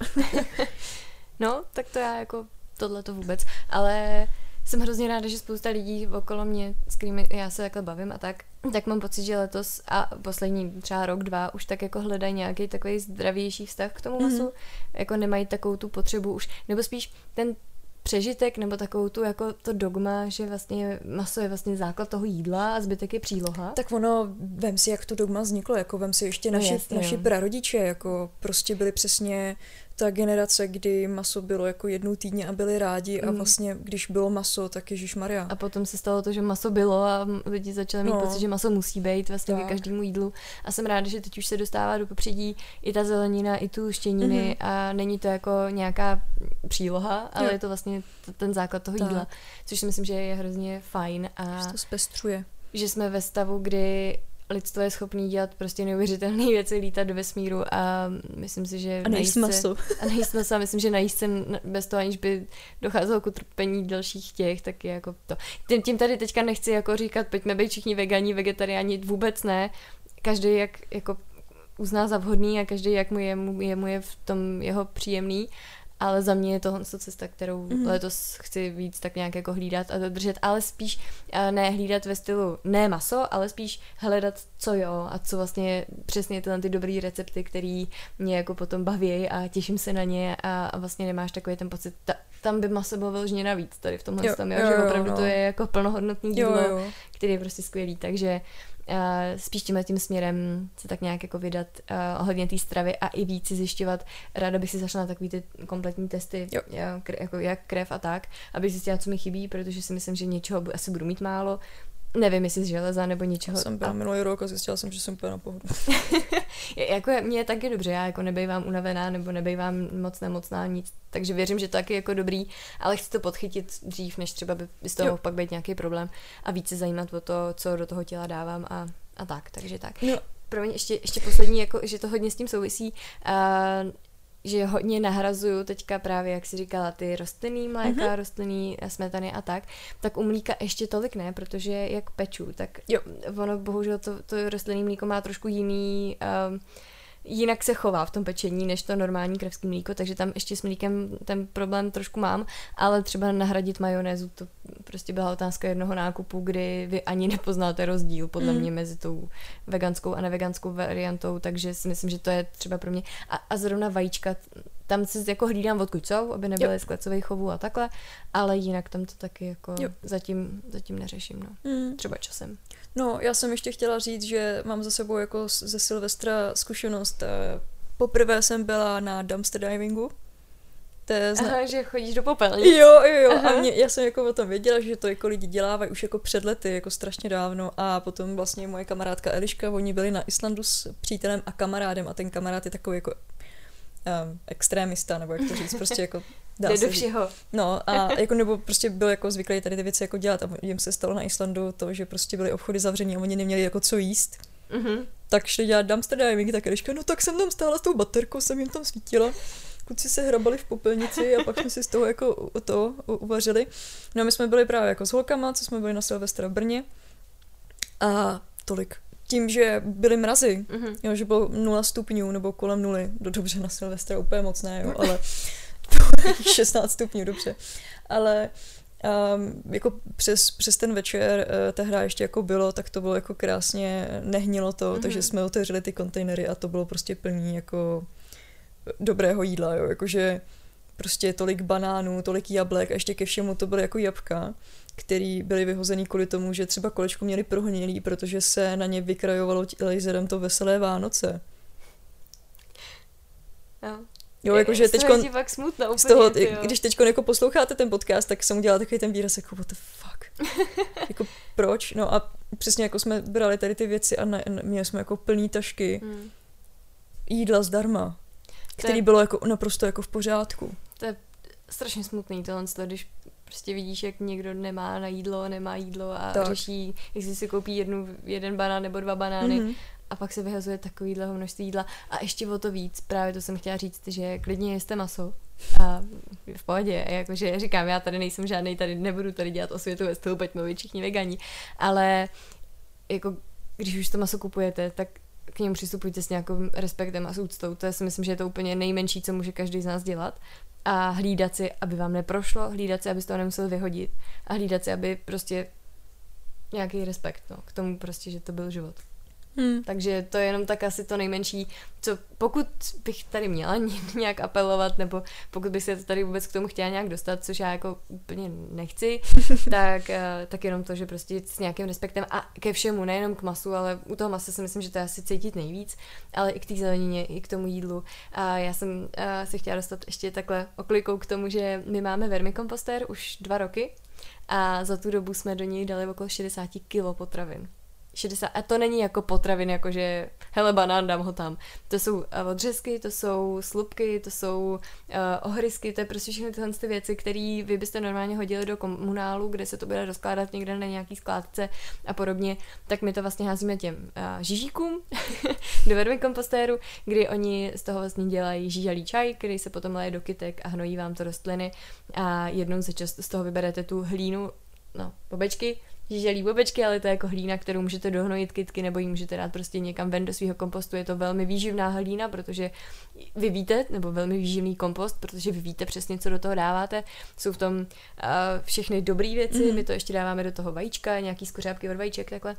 No, tak to já jako tohle to vůbec. Ale jsem hrozně ráda, že spousta lidí okolo mě, s kterými já se takhle bavím a tak, tak mám pocit, že letos a poslední třeba rok, dva už tak jako hledají nějaký takový zdravější vztah k tomu masu. Mm-hmm. Jako nemají takovou tu potřebu už, nebo spíš ten přežitek nebo takovou tu jako to dogma, že vlastně maso je vlastně základ toho jídla a zbytek je příloha. Tak ono, vem si, jak to dogma vzniklo, jako vem si ještě naši, no jasně, naši prarodiče, jako prostě byli přesně ta generace, kdy maso bylo jako jednou týdně a byli rádi a vlastně, když bylo maso, tak ježišmarja. A potom se stalo to, že maso bylo a lidi začali mít no. pocit, že maso musí být vlastně tak. K každému jídlu. A jsem ráda, že teď už se dostává do popředí i ta zelenina, i tu štěniny mm-hmm. a není to jako nějaká příloha, ale jo. je to vlastně ten základ toho tak. jídla, což si myslím, že je hrozně fajn. A že to zpestřuje. Že jsme ve stavu, kdy lidstvo je schopný dělat prostě neuvěřitelné věci, lítat do vesmíru a myslím si, že a nejíst maso. A nejíst maso a myslím, že najíst se bez toho, aniž by docházelo k utrpení dalších těch, tak je jako to. Tím, tím tady teďka nechci jako říkat, pojďme být všichni vegani, vegetariáni, vůbec ne. Každý jak jako uzná za vhodný a každý jak mu je, mu je, mu je v tom jeho příjemný. Ale za mě je tohle cesta, kterou mm. letos chci víc tak nějak jako hlídat a dodržet, ale spíš ne hlídat ve stylu ne maso, ale spíš hledat co jo a co vlastně přesně tyhle ty dobrý recepty, který mě jako potom baví a těším se na ně a, a vlastně nemáš takový ten pocit, ta, tam by maso bylo vyloženě navíc tady v tomhle jo, tom, jo, jo, že opravdu jo, no. to je jako plnohodnotný jídlo, jo, jo. který je prostě skvělý, takže Uh, spíš tímhle tím směrem se tak nějak jako vydat uh, ohledně té stravy a i víc si zjišťovat. Ráda bych si zašla na takový ty kompletní testy, jo. Jak, jako jak krev a tak, abych zjistila, co mi chybí, protože si myslím, že něčeho asi budu mít málo. Nevím, jestli z železa nebo něčeho. Já jsem byla a... minulý rok a zjistila jsem, že jsem úplně na pohodu. Jako mně je taky dobře, já jako nebejvám unavená nebo nebejvám moc nemocná nic, takže věřím, že to taky jako dobrý, ale chci to podchytit dřív, než třeba by z toho jo. pak být nějaký problém a víc se zajímat o to, co do toho těla dávám a, a tak, takže tak. No. Pro mě ještě, ještě poslední, jako, že to hodně s tím souvisí, uh, že hodně nahrazuju teďka právě, jak jsi říkala, ty rostlinný mléka, mm-hmm. rostlinný smetany a tak, tak u mlíka ještě tolik ne, protože jak peču, tak jo. ono bohužel to, to rostlinný mlíko má trošku jiný, um, jinak se chová v tom pečení, než to normální kravský mlíko, takže tam ještě s mlíkem ten problém trošku mám, ale třeba nahradit majonézu, to prostě byla otázka jednoho nákupu, kdy vy ani nepoznáte rozdíl podle mm. mě mezi tou veganskou a neveganskou variantou, takže si myslím, že to je třeba pro mě. A, a zrovna vajíčka, tam se jako hlídám odkud jsou, aby nebyly z klecových chovů a takhle, ale jinak tam to taky jako zatím, zatím neřeším, no. Mm. Třeba časem. No, já jsem ještě chtěla říct, že mám za sebou jako ze Silvestra zkušenost. Poprvé jsem byla na dumpster divingu. To je zna... Aha, že chodíš do popelnic. Jo, jo, jo. Aha. A mě, já jsem jako o tom věděla, že to jako lidi dělávají už jako před lety, jako strašně dávno. A potom vlastně moje kamarádka Eliška, oni byli na Islandu s přítelem a kamarádem a ten kamarád je takový jako um, extrémista, nebo jak to říct, prostě jako dá se do všeho. No a jako nebo prostě byl jako zvyklý tady ty věci jako dělat a jim se stalo na Islandu to, že prostě byly obchody zavřený a oni neměli jako co jíst. Mm-hmm. Tak šli dělat dumpster diving, tak Eliška, no tak jsem tam stála s tou baterkou, jsem jim tam svítila. kluci se hrabali v popelnici a pak jsme si z toho jako to uvařili. No a my jsme byli právě jako s holkama, co jsme byli na Silvestra v Brně a tolik. Tím, že byly mrazy, mm-hmm. jo, že bylo nula stupňů nebo kolem nuly, no dobře na Silvestra úplně moc ne, jo, ale šestnáct stupňů, dobře. Ale um, jako přes, přes ten večer uh, ta hra ještě jako bylo, tak to bylo jako krásně, nehnilo to, mm-hmm. takže jsme otevřeli ty kontejnery a to bylo prostě plný jako dobrého jídla, jo, jakože prostě tolik banánů, tolik jablek a ještě ke všemu to byly jako jabka, který byly vyhozený kvůli tomu, že třeba kolečku měli prohnilý, protože se na ně vykrajovalo laserem to Veselé Vánoce. No. Jo, jakože teďkon, fakt smutno, úplně, z toho, když teďkon jako posloucháte ten podcast, tak jsem udělala takový ten výraz jako what the fuck. Jako proč? No a přesně jako jsme brali tady ty věci a ne, měli jsme jako plný tašky hmm. jídla zdarma, který je, bylo jako naprosto jako v pořádku. To je strašně smutný tohle, když prostě vidíš, jak někdo nemá na jídlo, nemá jídlo a tak. řeší, jestli si koupí jednu, jeden banán nebo dva banány mm-hmm. a pak se vyhazuje takovýhle množství jídla. A ještě o to víc, právě to jsem chtěla říct, že klidně jeste maso a v pohodě, jakože říkám, já tady nejsem žádnej, tady nebudu tady dělat osvětu ve stylu, pojďme být všichni vegani, ale jako když už to maso kupujete, tak k němu přistupujte s nějakým respektem a s úctou. To si myslím, že je to úplně nejmenší, co může každý z nás dělat. A hlídat si, aby vám neprošlo, hlídat si, aby to nemusel vyhodit a hlídat si, aby prostě nějaký respekt, no, k tomu prostě, že to byl život. Hmm. Takže to je jenom tak asi to nejmenší, co pokud bych tady měla nějak apelovat, nebo pokud bych se tady vůbec k tomu chtěla nějak dostat, což já jako úplně nechci, tak, tak jenom to, že prostě s nějakým respektem a ke všemu, nejenom k masu, ale u toho masa si myslím, že to je asi cítit nejvíc, ale i k té zelenině, i k tomu jídlu. A já jsem se chtěla dostat ještě takhle oklikou k tomu, že my máme vermikompostér už dva roky a za tu dobu jsme do něj dali okolo šedesát kilo potravin. šedesát A to není jako potravin, jakože hele banán, dám ho tam. To jsou uh, odřezky, to jsou slupky, to jsou uh, ohrysky, to je prostě všechny tyhle ty věci, které vy byste normálně hodili do komunálu, kde se to bude rozkládat někde na nějaký skládce a podobně, tak my to vlastně házíme těm uh, žižíkům do vermikompostéru, kdy oni z toho vlastně dělají žížalý čaj, který se potom leje do kytek a hnojí vám to rostliny a jednou za čas z toho vyberete tu hlínu, no, bobečky, žíželí bobečky, ale to je jako hlína, kterou můžete dohnojit kytky, nebo ji můžete dát prostě někam ven do svého kompostu. Je to velmi výživná hlína, protože vy víte, nebo velmi výživný kompost, protože vy víte přesně, co do toho dáváte. Jsou v tom uh, všechny dobré věci, mm-hmm. my to ještě dáváme do toho vajíčka, nějaký skořápky od vajíček, takhle.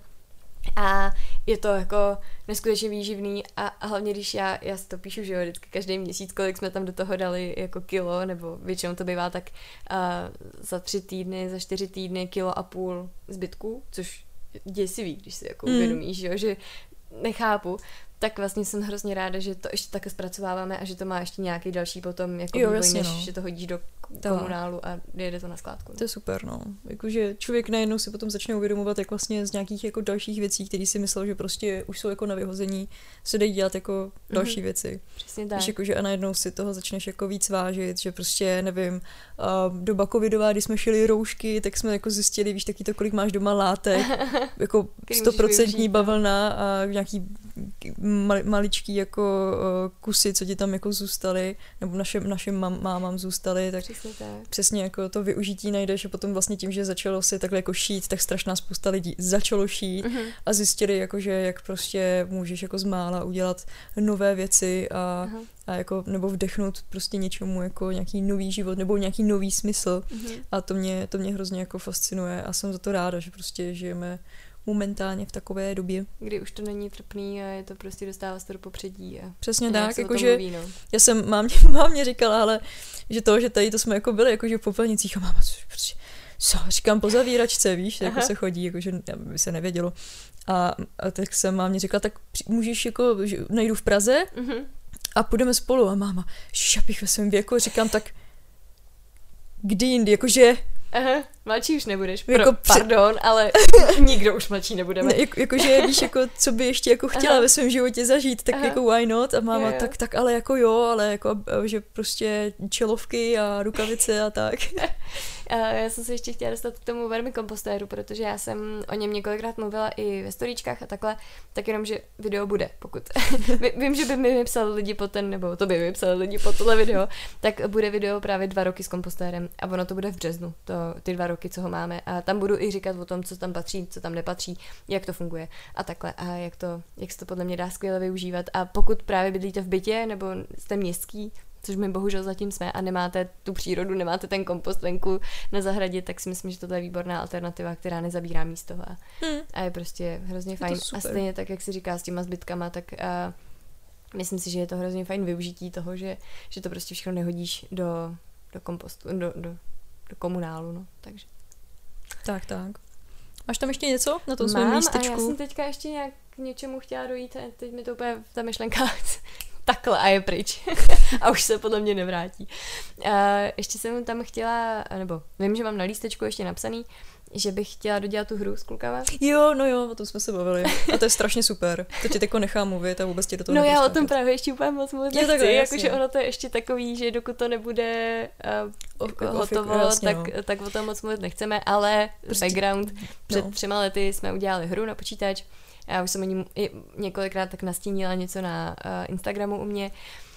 A je to jako neskutečně výživný a, a hlavně když já, já si to píšu, že jo, vždycky každý měsíc, kolik jsme tam do toho dali jako kilo, nebo většinou to bývá tak uh, za tři týdny, za čtyři týdny kilo a půl zbytků, což děsivý, když si jako uvědomíš, mm. že nechápu, tak vlastně jsem hrozně ráda, že to ještě také zpracováváme a že to má ještě nějaký další potom jako jo, vývoj, jasně, než no. že to hodíš do komunálu a jede to na skládku. No. To je super, no. Jakože člověk najednou si potom začne uvědomovat, jak vlastně z nějakých jako dalších věcí, které si myslel, že prostě už jsou jako na vyhození, se dají dělat jako další mm-hmm. věci. Přesně tak. Víš, jakože a najednou si toho začneš jako víc vážit, že prostě, nevím, uh, doba covidová, když jsme šili roušky, tak jsme jako zjistili, víš, taky to, kolik máš doma látek, jako stoprocentní bavlna a nějaký mal, maličký jako uh, kusy, co ti tam jako zůstaly, nebo našim, našim mam, mámám zůstaly, tak přesně, tak přesně jako to využití najdeš a potom vlastně tím, že začalo se takhle jako šít, tak strašná spousta lidí začalo šít mm-hmm. a zjistili jako, že jak prostě můžeš jako z mála udělat nové věci a, uh-huh. a jako nebo vdechnout prostě něčemu jako nějaký nový život nebo nějaký nový smysl mm-hmm. a to mě, to mě hrozně jako fascinuje a jsem za to ráda, že prostě žijeme momentálně v takové době. Kdy už to není trpný a je to prostě dostává se to do popředí. A přesně tak, jakože no. já jsem mámě, mámě říkala, ale že to, že tady to jsme jako byli, jakože v popelnicích a máma, prostě, co, říkám po zavíračce, víš, jako se chodí, jakože by se nevědělo. A, a tak jsem mámě říkala, tak můžeš jako, najdu v Praze mm-hmm. a půjdeme spolu. A máma, šapich ve svém věku, říkám, tak kdy jindy, jakože aha, mladší už nebudeš. Pro, Jako pardon, ale nikdo už mladší nebudeme. Ne, jako, jakože víš, jako, co by ještě jako chtěla Aha. ve svém životě zažít, tak Aha. jako why not? A máma, jo, jo. tak, tak ale jako jo, ale jako, že prostě čelovky a rukavice a tak. Já jsem se ještě chtěla dostat k tomu vermikompostéru, protože já jsem o něm několikrát mluvila i ve storíčkách a takhle, tak jenom, že video bude, pokud. Vím, že by mi vypsali lidi po ten, nebo to by mi vypsali lidi po tohle video, tak bude video právě dva roky s kompostérem a ono to bude v březnu, to, ty dva roky, co ho máme. A tam budu i říkat o tom, co tam patří, co tam nepatří, jak to funguje a takhle a jak to, jak se to podle mě dá skvěle využívat. A pokud právě bydlíte v bytě nebo jste městský, což my bohužel zatím jsme a nemáte tu přírodu, nemáte ten kompost venku na zahradě, tak si myslím, že tohle je výborná alternativa, která nezabírá místo a, hmm. a je prostě hrozně fajn. A stejně tak, jak si říká s těma zbytkama, tak uh, myslím si, že je to hrozně fajn využití toho, že, že to prostě všechno nehodíš do, do kompostu, do, do, do komunálu, no, takže. Tak, tak. Máš tam ještě něco na tom svém lístečku? Mám a já jsem teďka ještě nějak k něčemu chtěla dojít a teď mi to úplně ta myšlenka takhle a je pryč. A už se podle mě nevrátí. Uh, ještě jsem tam chtěla, nebo vím, že mám na lístečku ještě napsaný, že bych chtěla dodělat tu hru s klukama. Jo, no jo, o tom jsme se bavili. A to je strašně super. To ti jako nechám mluvit a vůbec ti do toho No já o tom právě ještě úplně moc mluvit nechci. Takhle, jakože ono to je ještě takový, že dokud to nebude uh, jako hotovo, jasně, tak, no. tak o tom moc mluvit nechceme, ale prostě, background. Před no. třema lety jsme udělali hru na počítač. Já už jsem o ní několikrát tak nastínila něco na uh, Instagramu u mě.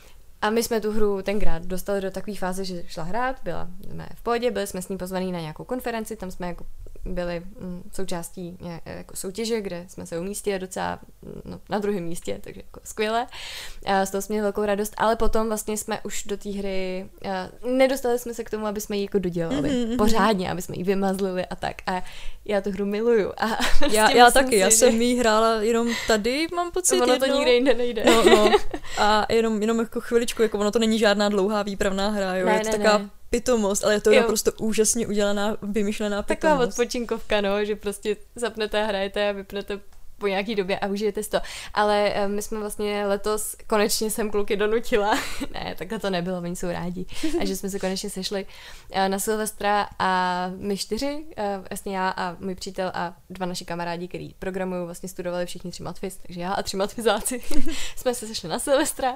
A my jsme tu hru tenkrát dostali do takové fáze, že šla hrát, byla jsme v pohodě, byli jsme s ní pozvaní na nějakou konferenci, tam jsme jako byli mm, součástí jako soutěže, kde jsme se umístili docela no, na druhém místě, takže jako skvěle. A z toho jsme měli velkou radost, ale potom vlastně jsme už do té hry, nedostali jsme se k tomu, aby jsme ji jako dodělali mm-hmm. pořádně, aby jsme ji vymazlili a tak. A já tu hru miluju. A já, já taky, si, já že... jsem jí hrála jenom tady, mám pocit. Ono jednou. to nikde jinde nejde. No, no. A jenom, jenom jako chviličku, jako ono to není žádná dlouhá výpravná hra, jo, ne, je to ne, taková ne. pitomost, ale je to jo. naprosto úžasně udělaná, vymyšlená pitomost. Taková odpočinkovka, no, že prostě zapnete a hrajete a vypnete po nějaký době a užijete si to. Ale um, my jsme vlastně letos, konečně jsem kluky donutila, ne, takhle to nebylo, oni jsou rádi, a že jsme se konečně sešli uh, na Silvestra a my čtyři, uh, vlastně já a můj přítel a dva naši kamarádi, který programují, vlastně studovali všichni tři matfiz, takže já a tři matfizáci jsme se sešli na Silvestra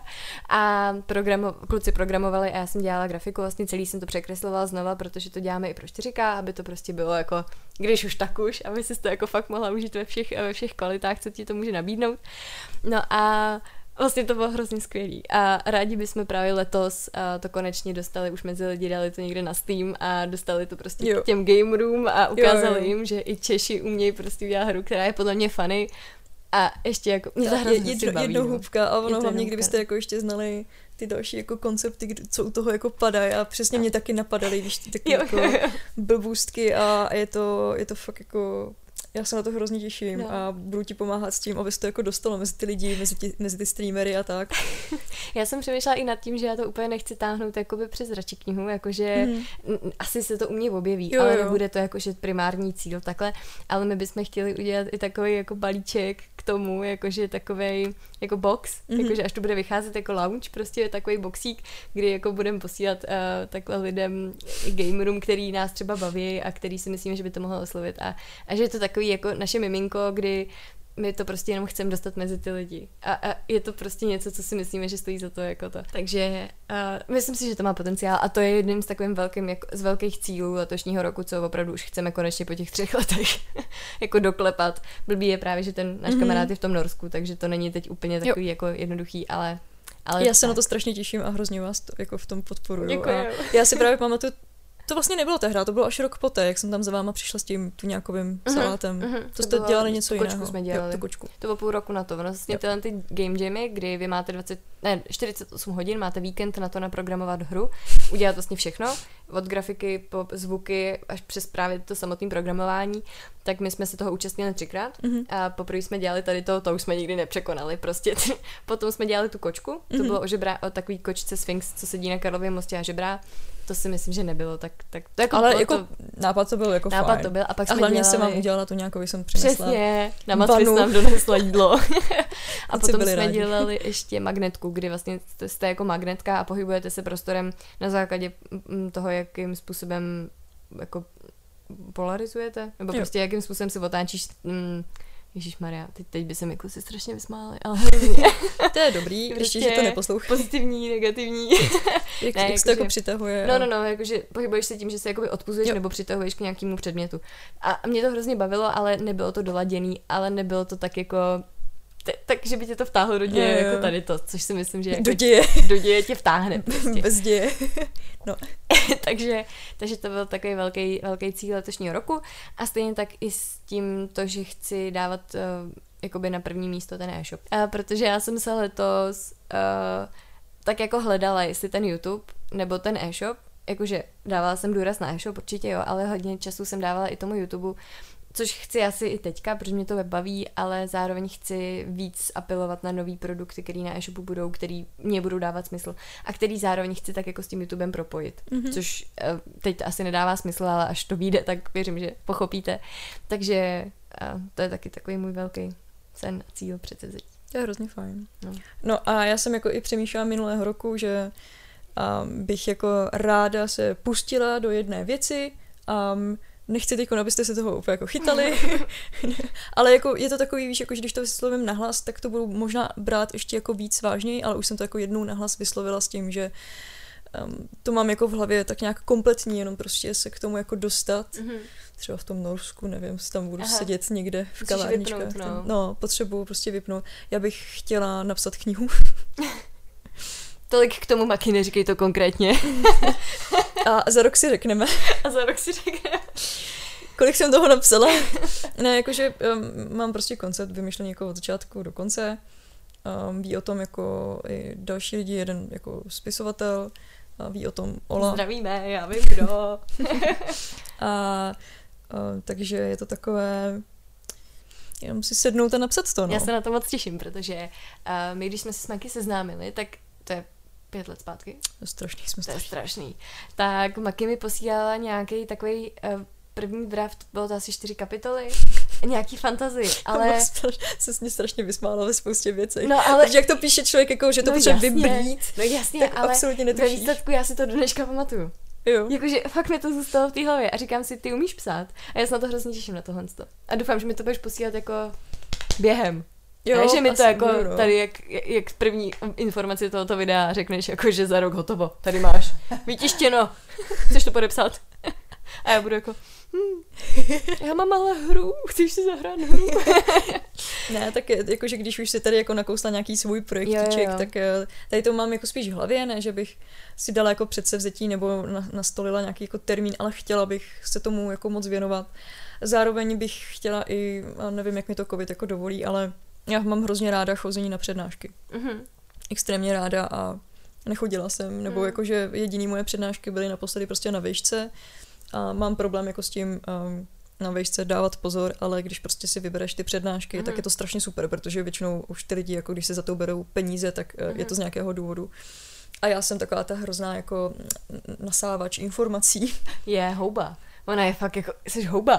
a programo- kluci programovali a já jsem dělala grafiku, vlastně celý jsem to překreslovala znova, protože to děláme i pro čtyři ká, aby to prostě bylo jako, když už tak už, aby si to jako fakt mohla užít ve všech, ve všech kvalitách, co ti to může nabídnout. No a vlastně to bylo hrozně skvělý. A rádi bychom právě letos to konečně dostali už mezi lidi, dali to někde na Steam a dostali to prostě jo. k těm gamerům a ukázali jo, jo. jim, že i Češi umějí prostě udělat hru, která je podle mě funny. A ještě jako mě to hrozně jedno, baví. Jednou hubka a ono hlavně, kdybyste jako ještě znali ty další jako koncepty, co u toho jako padají a přesně mě taky napadaly, víš, ty takové jako blbůstky a je to, je to fakt jako... Já se na to hrozně těším no. a budu ti pomáhat s tím, abys to jako dostalo mezi ty lidi, mezi, ty, mezi ty streamery a tak. Já jsem přemýšlela i nad tím, že já to úplně nechci táhnout jakoby přes radši knihu, jakože mm. n- asi se to u mě objeví, jo, ale jo. nebude to jakože primární cíl takhle, ale my bychom chtěli udělat i takový jako balíček k tomu, jakože takovej jako box, mm-hmm. jakože až to bude vycházet jako lounge, prostě takový boxík, kdy jako budeme posílat uh, takhle lidem, gamerům, který nás třeba baví a který si myslíme, že by to mohlo oslovit a, a že je to takový jako naše miminko, kdy my to prostě jenom chceme dostat mezi ty lidi. A, a je to prostě něco, co si myslíme, že stojí za to jako to. Takže uh, myslím si, že to má potenciál a to je jedním z takovým velkým, jako, z velkých cílů letošního roku, co opravdu už chceme konečně po těch třech letech jako doklepat. Blbý je právě, že ten náš mm-hmm. kamarád je v tom Norsku, takže to není teď úplně takový jo. jako jednoduchý, ale Ale já se tak. na to strašně těším a hrozně vás to, jako v tom podporuju. Děkuji. A já si právě pamatuju, to vlastně nebylo ta hra, to bylo až rok poté, jak jsem tam za váma přišla s tím tuňákovým uh-huh, salátem. Uh-huh. To, to jste bylo, dělali něco jiného. Kočku jsme dělali. Jo, tu kočku. To bylo půl roku na to. Vlastně tyhle ty game jamy, kdy vy máte dvacet, ne, čtyřicet osm hodin, máte víkend na to naprogramovat hru, udělat vlastně všechno, od grafiky po zvuky až přes právě to samotné programování, tak my jsme se toho účastnili třikrát uh-huh. a poprvé jsme dělali tady to, to už jsme nikdy nepřekonali prostě. Potom jsme dělali tu kočku, to uh-huh. bylo o, žebra, o takový kočce Sphinx, co sedí na Karlově mostě a žebrá. To si myslím, že nebylo, tak, tak to jako... Ale bylo jako to, nápad to byl jako nápad fajn. to byl a pak a jsme hlavně dělali... jsem vám udělala tu nějakou, jsem přinesla. Přesně, na matfiz nám donesla jídlo. A potom jsme rádi. dělali ještě magnetku, kdy vlastně jste jako magnetka a pohybujete se prostorem na základě toho, jakým způsobem jako polarizujete? Nebo jo. prostě jakým způsobem si otáčíš... Mm, Ježišmarja, teď, teď by se mi kusy strašně vysmály, ale hrozně. To je dobrý, ještě, že to neposlouchají. Pozitivní, negativní. jak ne, jak jako se to jako že... přitahuje. No, no, no, jakože pohybuješ se tím, že se jakoby odpuzuješ jo. nebo přitahuješ k nějakému předmětu. A mě to hrozně bavilo, ale nebylo to doladěný, ale nebylo to tak jako... Takže by tě to vtáhlo do děje, jo, jo. jako tady to, což si myslím, že... Jako do děje. Do děje tě vtáhne prostě. Bez děje. No. takže, takže to byl takový velký, velký cíl letošního roku a stejně tak i s tím to, že chci dávat uh, jakoby na první místo ten e-shop. Uh, protože já jsem se letos uh, tak jako hledala, jestli ten YouTube nebo ten e-shop, jakože dávala jsem důraz na e-shop, určitě jo, ale hodně času jsem dávala i tomu YouTube, což chci asi i teďka, protože mě to baví, ale zároveň chci víc apelovat na nový produkty, který na e-shopu budou, který mě budou dávat smysl a který zároveň chci tak jako s tím YouTubem propojit, mm-hmm. což teď to asi nedává smysl, ale až to vyjde, tak věřím, že pochopíte. Takže to je taky takový můj velký sen a cíl předsevzetí. To je hrozně fajn. No. no a já jsem jako i přemýšlela minulého roku, že um, bych jako ráda se pustila do jedné věci, um, nechci teď, abyste se toho úplně jako chytali, ale jako je to takový, víš, jako, že když to vyslovím nahlas, tak to budu možná brát ještě jako víc vážněji, ale už jsem to jako jednou nahlas vyslovila s tím, že um, to mám jako v hlavě tak nějak kompletní, jenom prostě se k tomu jako dostat. Mm-hmm. Třeba v tom Norsku, nevím, si tam budu Aha. sedět někde v kavárničkách. No. no, potřebuju prostě vypnout. Já bych chtěla napsat knihu. Tolik k tomu, Maki, neříkej to konkrétně. A za rok si řekneme. A za rok si řekneme. Kolik jsem toho napsala. Ne, jakože um, mám prostě koncept vymyšlený jako od začátku do konce. Um, ví o tom jako i další lidi, jeden jako spisovatel, a ví o tom Ola. Zdravíme, já vím kdo. a uh, takže je to takové... Jenom si sednout a napsat to, no. Já se na to moc těším, protože uh, my, když jsme se s Maki seznámili, tak to je pět let zpátky. To je strašný, jsme To je strašný. Tak Maki mi posílala nějaký takový uh, první draft, bylo to asi čtyři kapitoly, nějaký fantazii, ale... se s ní strašně vysmála ve spoustě věcí. No, ale... Takže jak to píše člověk, jako, že to no, potřebuje vybrít, no jasně, tak ale absolutně ve netušíš. výsledku já si to do dneška pamatuju. Jo. Jakože fakt mi to zůstalo v té hlavě a říkám si, ty umíš psát? A já se na to hrozně těším, na tohle. A doufám, že mi to budeš posílat jako během. Jo, ne, že mi to jako budu, no. tady, jak, jak první informaci tohoto videa řekneš, jako, že za rok hotovo, tady máš, vytištěno, chceš to podepsat? A já budu jako, hm, já mám ale hru, chceš si zahrát hru? Ne, tak je, jakože když už si tady jako nakousla nějaký svůj projektíček, jo, jo. tak tady to mám jako spíš v hlavě, ne, že bych si dala jako předsevzetí nebo na, nastolila nějaký jako termín, ale chtěla bych se tomu jako moc věnovat. Zároveň bych chtěla i, nevím, jak mi to covid jako dovolí, ale já mám hrozně ráda chození na přednášky. Mm-hmm. Extrémně ráda a nechodila jsem, nebo mm. jakože jediný moje přednášky byly naposledy prostě na výšce a mám problém jako s tím um, na výšce dávat pozor, ale když prostě si vybereš ty přednášky, mm. tak je to strašně super, protože většinou už ty lidi, jako když se za to berou peníze, tak mm. je to z nějakého důvodu. A já jsem taková ta hrozná jako nasávač informací. Je houba. Ona je fakt jako, jsi houba.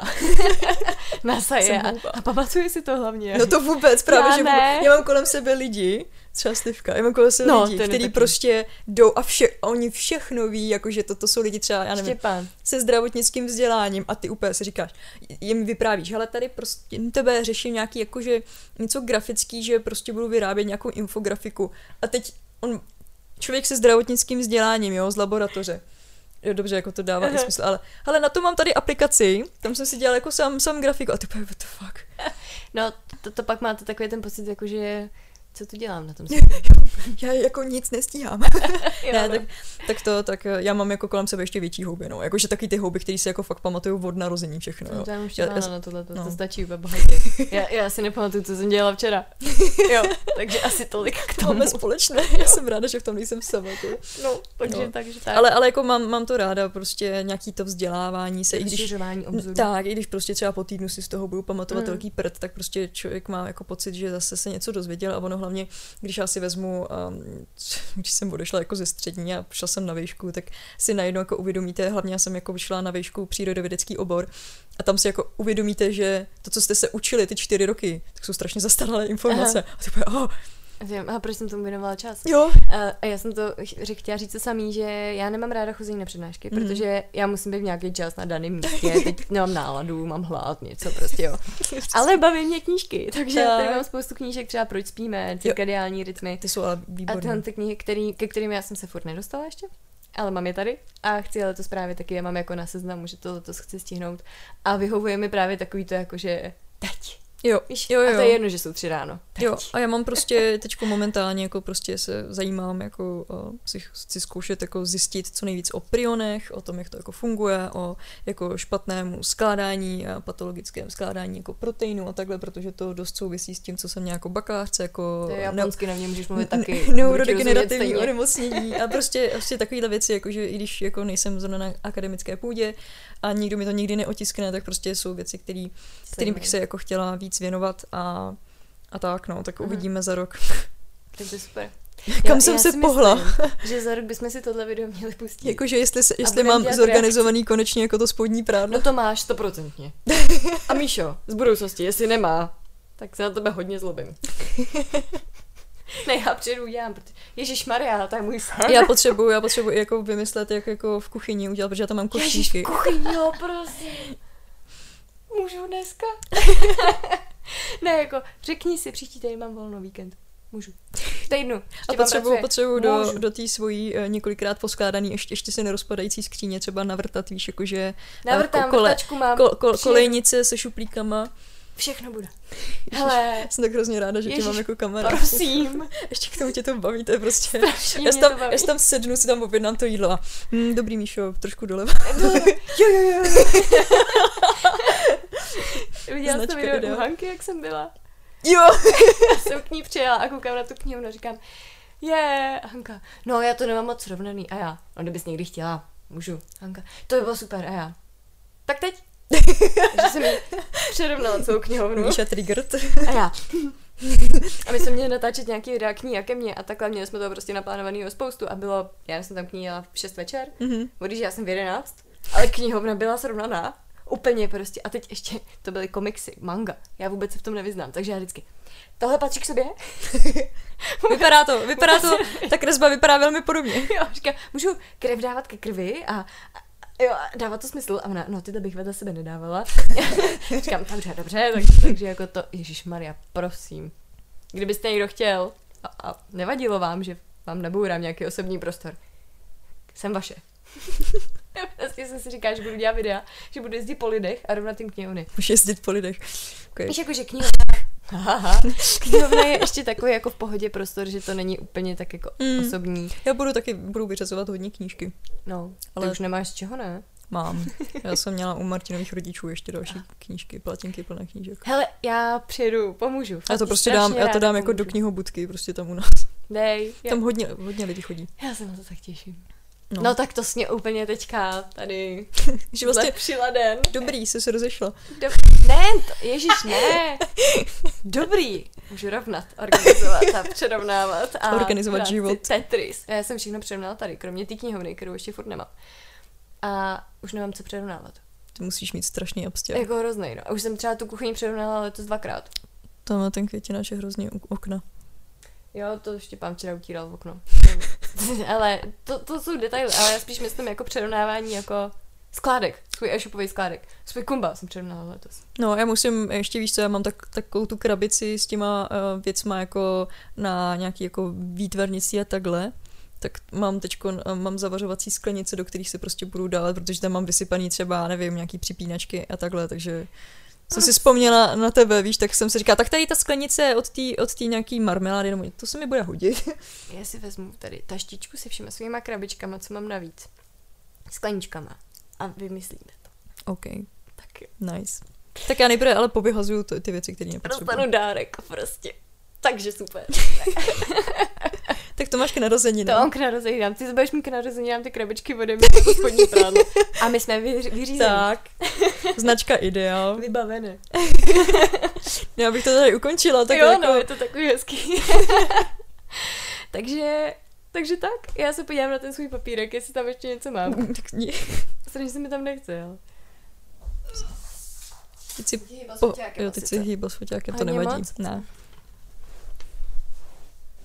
Nasa je a, a pamatuje si to hlavně. No to vůbec, právě, já že ne. já mám kolem sebe lidi, třeba Slivka, já mám kolem sebe no, lidi, kteří prostě jdou a vše, a oni všechno ví, jakože to, to jsou lidi třeba, já nevím, Štěpán. Se zdravotnickým vzděláním a ty úplně si říkáš, jim vyprávíš, hele tady prostě tebe řeším nějaký jakože něco grafický, že prostě budu vyrábět nějakou infografiku a teď on, člověk se zdravotnickým vzděláním, jo, z laboratoře. Jo, dobře, jako to dává i smysl, ale hele, na to mám tady aplikaci, tam jsem si dělal jako sám, sám grafiku a ty what the fuck. No, to, to pak máte takový ten pocit, jako že co tu dělám na tom Já jako nic nestíhám. jo, ne, no. tak, tak to, tak já mám jako kolem sebe ještě větší houby, no. Jakože taky ty houby, které se jako fakt pamatujou od narození všechno, jo. No, to já mám Štěpána já, na tohle, to, no. to stačí úplně bohatě. Já, já si nepamatuju, co jsem dělala včera. Jo, takže asi tolik k tomu. Máme společné, já jsem ráda, že v tom nejsem sama. No, takže, no. takže tak. Ale, ale jako mám, mám to ráda, prostě nějaký to vzdělávání se, i když, obzoru. Tak, i když prostě třeba po týdnu si z toho budu pamatovat mm. velký prd, tak prostě člověk má jako pocit, že zase se něco dozvěděl a ono hlavně, když já si vezmu, um, když jsem odešla jako ze střední a šla jsem na výšku, tak si najednou jako uvědomíte, hlavně já jsem jako vyšla na výšku přírodovědecký obor a tam si jako uvědomíte, že to, co jste se učili ty čtyři roky, tak jsou strašně zastaralé informace. Aha. A ty bude, oh, A proč jsem tomu věnovala čas? Jo. A já jsem to řek, chtěla říct to samý, že já nemám ráda chození na přednášky, mm. protože já musím být v nějaký čas na daném místě, teď nemám náladu, mám hlad, něco prostě, jo. Ale baví mě knížky, takže tak. Tady mám spoustu knížek, třeba Proč spíme, Cirkadiální rytmy. Ty jsou ale výborné. A tyhle ty knihy, který, ke kterým já jsem se furt nedostala ještě, ale mám je tady a chci letos právě taky, já mám jako na seznamu, že to letos chci stihnout a vyhovuje mi právě takový to jako, že teď. Jo, Víš, jo, jo. A to je jedno, že jsou tři ráno. Teď. Jo, a já mám prostě teďko momentálně jako prostě se zajímám, jako uh, si, si zkoušet jako zjistit co nejvíc o prionech, o tom, jak to jako funguje, o jako špatnému skládání a patologickém skládání jako proteinu a takhle, protože to dost souvisí s tím, co jsem měla jako bakalářce, jako to je japonsky, na mě můžeš mluvit taky. Neurodegenerativní onemocnění a prostě, prostě takovýhle věci, jako že i když jako nejsem zrovna na akademické půdě a nikdo mi to nikdy neotiskne, tak prostě jsou věci, který, kterým bych se jako chtěla víc věnovat a, a tak, no, tak uvidíme za rok. Tak to je super. Kam já, jsem já se myslím, pohla. Že za rok bychom si tohle video měli pustit. Jakože jestli, jestli mám zorganizovaný reakci. Konečně jako to spodní prádlo. No to máš stoprocentně. A Míšo, z budoucnosti, jestli nemá, tak se na tebe hodně zlobím. Ne, já přijdu udělám, protože Ježišmarja, to je můj sen. Já potřebuju, já potřebuji jako vymyslet, jak jako v kuchyni udělat, protože já tam mám košíky. Ježiš, kuchyni, jo, prosím. Můžu dneska? Ne, jako, řekni si, příští týden mám volno víkend. Můžu. V týdnu. A potřebuju, potřebuju do, do té svojí uh, několikrát poskládaný, ještě, ještě se nerozpadající skříně třeba navrtat, víš, jakože navrtám, kole, vrtačku mám. Ko, ko, kolejnice se šuplíkama. Všechno bude. Hele. Jsem tak hrozně ráda, že Ježiš, tě mám jako kamarád. Prosím. Ještě k tomu tě to baví, to je prostě. Já si tam, já tam sednu, si tam objednám to jídlo a hm, dobrý Míšo, trošku doleva. Jo, jo, jo. Viděla jsi to video u Hanky, jak jsem byla? Jo. Já jsem k ní přijela a koukám na tu knihu a říkám, je, yeah. Hanka, no já to nemám moc srovnaný. A já, no kdybys někdy chtěla, můžu. Hanka, to by bylo super. A já, tak teď? Takže jsem mi přerovnala celou knihovnu. Míša triggered. A já. A my jsme měli natáčet nějaký videa k ní a ke mně a takhle měli jsme to prostě naplánovaného spoustu a bylo, já jsem tam k ní jela v šest večer, mm-hmm. když já jsem v jedenáct, ale knihovna byla srovnaná. Úplně prostě. A teď ještě to byly komiksy, manga. Já vůbec se v tom nevyznám, takže já vždycky. Tohle patří k sobě? Vypadá to, vypadá to, ta kresba vypadá velmi podobně. Jo, říkám, můžu krev dávat ke krvi a, a jo, dává to smysl. A ona, no tyhle bych vedle sebe nedávala. Říkám, dobře, dobře, tak, takže jako to, ježišmarja, prosím. Kdybyste někdo chtěl a, a nevadilo vám, že vám nebourám nějaký osobní prostor, jsem vaše. Vlastně jsem si říkala, že budu dělat videa, že budu jezdit po lidech a rovnat tím knihovny. Můžu jezdit po lidech. Okay. Víš, jakože knihovna... knihovna je ještě takový jako v pohodě prostor, že to není úplně tak jako mm. osobní. Já budu taky, budu vyřazovat hodně knížky. No, ale ty už nemáš z čeho, ne? Mám. Já jsem měla u Martinových rodičů ještě další knížky, platinky plné knížek. Hele, já přijedu, pomůžu. Já to prostě dám, já to dám jako do knihobudky, prostě tam u nás. Dej. Tam hodně, hodně lidí chodí. Já se na to tak těším. No. no tak to sně úplně teďka tady že vlastně zlepšila den. Dobrý, jsi se rozešla. Do... Ne, to, ježiš, ne. Dobrý. Můžu rovnat, organizovat a přerovnávat. A organizovat život. Tetris. Já jsem všechno přerovnala tady, kromě té knihovny, kterou ještě furt nemám. A už nemám co přerovnávat. Ty musíš mít strašný abstěr. Jako hrozný, no. A už jsem třeba tu kuchyni přerovnala letos dvakrát. Tam má ten květináč je hrozně u okna. Jo, to Štěpán včera utíral v okno. Ale to, to jsou detaily, ale já spíš myslím jako přerovnávání jako skládek, svůj e-shopový skládek. Svůj kumba jsem přerovnala letos. No, já musím, ještě víš co, já mám tak, takovou tu krabici s těma uh, věcma jako na nějaký jako výtvarnictví a takhle. Tak mám teďko, uh, mám zavařovací sklenice, do kterých se prostě budu dávat, protože tam mám vysypaný třeba, nevím, nějaký připínačky a takhle, takže... Jsem si vzpomněla na tebe, víš, tak jsem si říkala, tak tady ta sklenice od té od té nějaký marmelády, nebo to se mi bude hodit. Já si vezmu tady taštičku se všema svýma krabičkama, co mám navíc. Skleničkama. A vymyslíme to. OK. Tak jo. Nice. Tak já nejprve ale povyhazuju ty, ty věci, které nepotřebuji. Dostanu dárek prostě. Takže super. Tak to máš k narozeninám. To mám k narozeninám. Ty budeš mít k narozeninám ty krabičky ode mě jako spodní prádlo. A my jsme vyř- vyřízení. Tak. Značka Ideál. Vybavené. Já bych to tady ukončila. Tak jo, jako... no, je to takový hezký. takže, takže tak. Já se podívám na ten svůj papírek, jestli tam ještě něco mám. Tak nie. Strašně se mi tam nechce, ale... Teď si, po... jo, teď si hýbal s foťákem, to nevadí. Moc? Ne.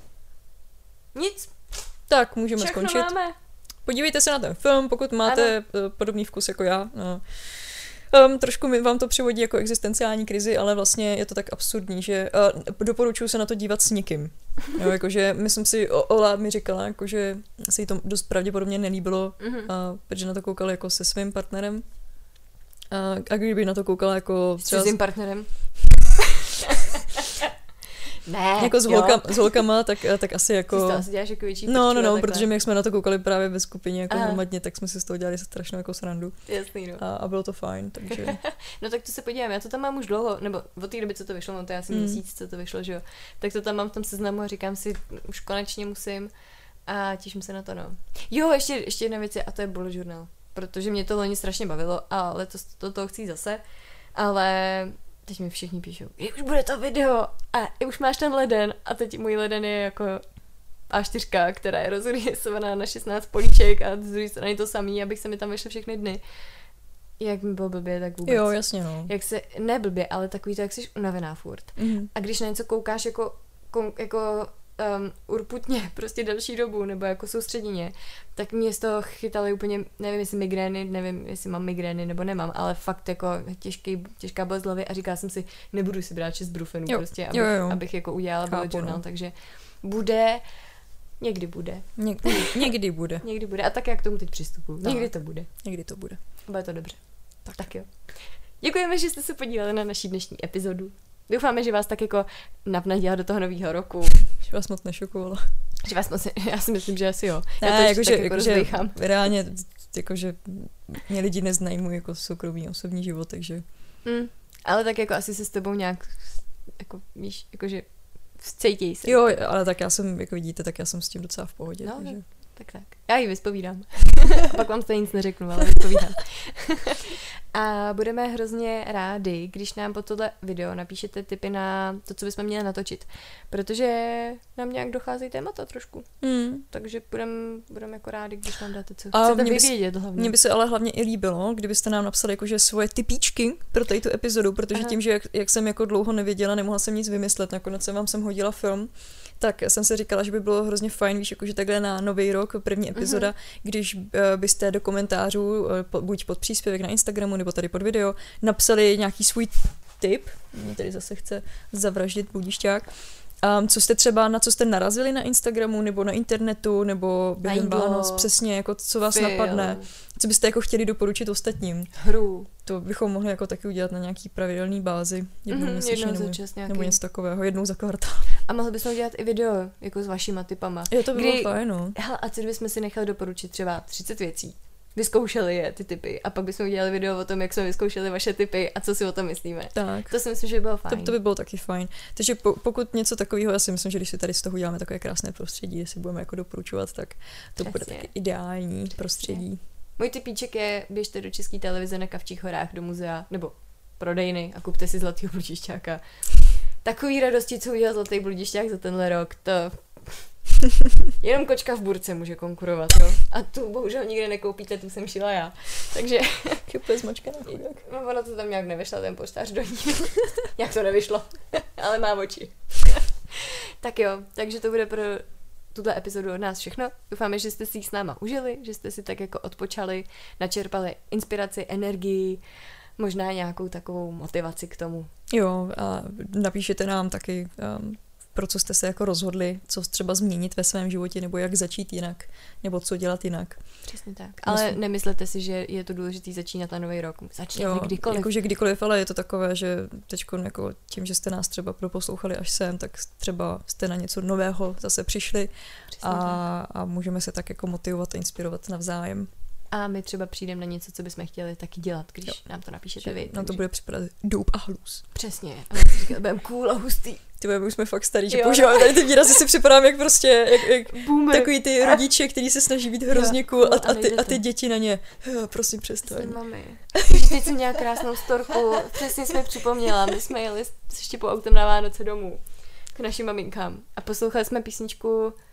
Nic. Tak, můžeme Všechno skončit. máme. Podívejte se na ten film, pokud máte ano. podobný vkus jako já. No. Um, trošku mi vám to přivodí jako existenciální krizi, ale vlastně je to tak absurdní, že uh, doporučuji se na to dívat s někým. Jo, jakože, myslím si, Ola mi říkala, jakože se jí to dost pravděpodobně nelíbilo, mm-hmm. uh, protože na to koukala jako se svým partnerem. Uh, a kdyby na to koukala jako... S cizím partnerem? Ne, jako s, holka, s holkama, tak, tak asi jako... Ty to asi děláš jako větší No, no, no, takhle. protože my, jak jsme na to koukali právě ve skupině jako hromadně, tak jsme si z toho dělali strašnou jako srandu. Jasný, no. A, a bylo to fajn, takže... No tak to se podívám, já to tam mám už dlouho, nebo od té doby, co to vyšlo, no to je asi mm. měsíc, co to vyšlo, že jo. Tak to tam mám v tom seznamu a říkám si, už konečně musím a těším se na to, no. Jo, ještě, ještě jedna věc je, a to je bullet journal, protože mě to loni strašně bavilo a letos to toho chci zase, ale... Teď mi všichni píšou, jak už bude to video a už máš ten leden a teď můj leden je jako á čtyři, která je rozrysovaná na šestnáct políček a z druhé strany to samý, abych se mi tam vyšly všechny dny. Jak mi bylo blbě, tak vůbec. Jo, jasně no. Jak se, ne blbě, ale takový to, jak jsi unavená furt. Mm-hmm. A když na něco koukáš jako, jako um, urputně, prostě delší dobu, nebo jako soustředěně, tak mě z toho chytaly úplně, nevím jestli migrény, nevím jestli mám migrény nebo nemám, ale fakt jako těžký, těžká bolest hlavy a říkala jsem si, nebudu si brát šest brufenů jo. prostě, abych, jo, jo. abych jako udělala bullet journal, takže bude, někdy bude. Někdy, někdy bude. Někdy bude a tak jak k tomu teď přistupuji. Někdy to bude. Někdy to bude. Bude to dobře. Tak. tak jo. Děkujeme, že jste se podívali na naší dnešní epizodu. Doufáme, že vás tak jako navnadila do toho nového roku. Že vás moc nešokovala. Že vás moc, já si myslím, že asi jo. Ne, já to jakože jako jako reálně, jakože mě lidi neznají můj jako soukromý osobní život, takže... Mm, ale tak jako asi se s tebou nějak, jako víš, jakože vcejtěj se. Jo, ale tak já jsem, jako vidíte, tak já jsem s tím docela v pohodě. No, takže... tak tak. Já jí vyspovídám. A pak vám stejně nic neřeknu, ale vyspovídám. A budeme hrozně rádi, když nám pod tohle video napíšete tipy na to, co bychom měli natočit. Protože nám nějak docházejí témata trošku. Mm. Takže budeme budem jako rádi, když nám dáte, co a chcete mě vyvědět hlavně. Mně by se ale hlavně i líbilo, kdybyste nám napsali jakože svoje tipíčky pro tady tu epizodu, protože Aha. tím, že jak, jak jsem jako dlouho nevěděla, nemohla jsem nic vymyslet, nakonec jsem vám sem hodila film, tak jsem si říkala, že by bylo hrozně fajn, víš, jakože takhle na nový rok, první epizoda, uh-huh. když uh, byste do komentářů, uh, buď pod příspěvek na Instagramu, nebo tady pod video, napsali nějaký svůj tip, mě tady zase chce zavraždit budišťák, um, co jste třeba, na co jste narazili na Instagramu, nebo na internetu, nebo během Vánoc, přesně, jako co vás Film. napadne, co byste jako chtěli doporučit ostatním. Hru. To bychom mohli jako taky udělat na nějaký pravidelný bázi, jednou mm-hmm, měsíčně, jednou nebo, za čas nebo něco takového, jednou za kvartál. A mohli bychom udělat i video, jako s vašima tipama. Jo, to by bylo fajn, no. Hele, a co bychom si nechali doporučit třeba třicet věcí. Vyzkoušeli je, ty tipy, a pak bychom udělali video o tom, jak jsme vyzkoušeli vaše tipy a co si o tom myslíme. Tak. To si myslím, že by bylo fajn. To, to by bylo taky fajn. Takže po, pokud něco takového, já si myslím, že když si tady z toho uděláme takové krásné prostředí, jestli budeme jako doporučovat, tak to Přesně. bude taky ideální prostředí. Přesně. Můj tipíček je, běžte do České televize na Kavčích horách do muzea, nebo prodejny a kupte si zlatýho bludišťáka. Takový radosti, co udělal zlatý bludišťák za tenhle rok, to... Jenom kočka v burce může konkurovat, jo. A tu bohužel nikde nekoupíte, tu jsem šila já. Takže... Chypuje zmačkaná chudák. No ono to tam nějak nevyšlo, ten poštář do ní. Jak to nevyšlo. Ale má oči. Tak jo, takže to bude pro tuto epizodu od nás všechno. Doufáme, že jste si ji s náma užili, že jste si tak jako odpočali, načerpali inspiraci, energii, možná nějakou takovou motivaci k tomu. Jo, a napíšete nám taky... Um, pro co jste se jako rozhodli, co třeba změnit ve svém životě, nebo jak začít jinak, nebo co dělat jinak. Přesně tak. Ale Myslím... nemyslete si, že je to důležité začínat na nový rok. Začněte kdykoliv. Jakože kdykoliv, ale je to takové, že teď jako tím, že jste nás třeba proposlouchali až sem, tak třeba jste na něco nového zase přišli a, a můžeme se tak jako motivovat a inspirovat navzájem. A my třeba přijdeme na něco, co bychom chtěli taky dělat, když jo. nám to napíšete že vy. Nám takže... to bude připadat dope a hlus. Přesně. A my si říkáme, budeme cool a hustý. Ty my už jsme fakt starý, že používáme tady ty výrazy, si připadám jak prostě, jak, jak takový ty rodiče, kteří se snaží být hrozně cool a, a, ty, a ty děti na ně, prosím přestaň. Mami. Teď jsem měla krásnou storku, přesně jsme připomněla, my jsme jeli s Štěpou autem na Vánoce domů k našim maminkám a poslouchali jsme písničku uh,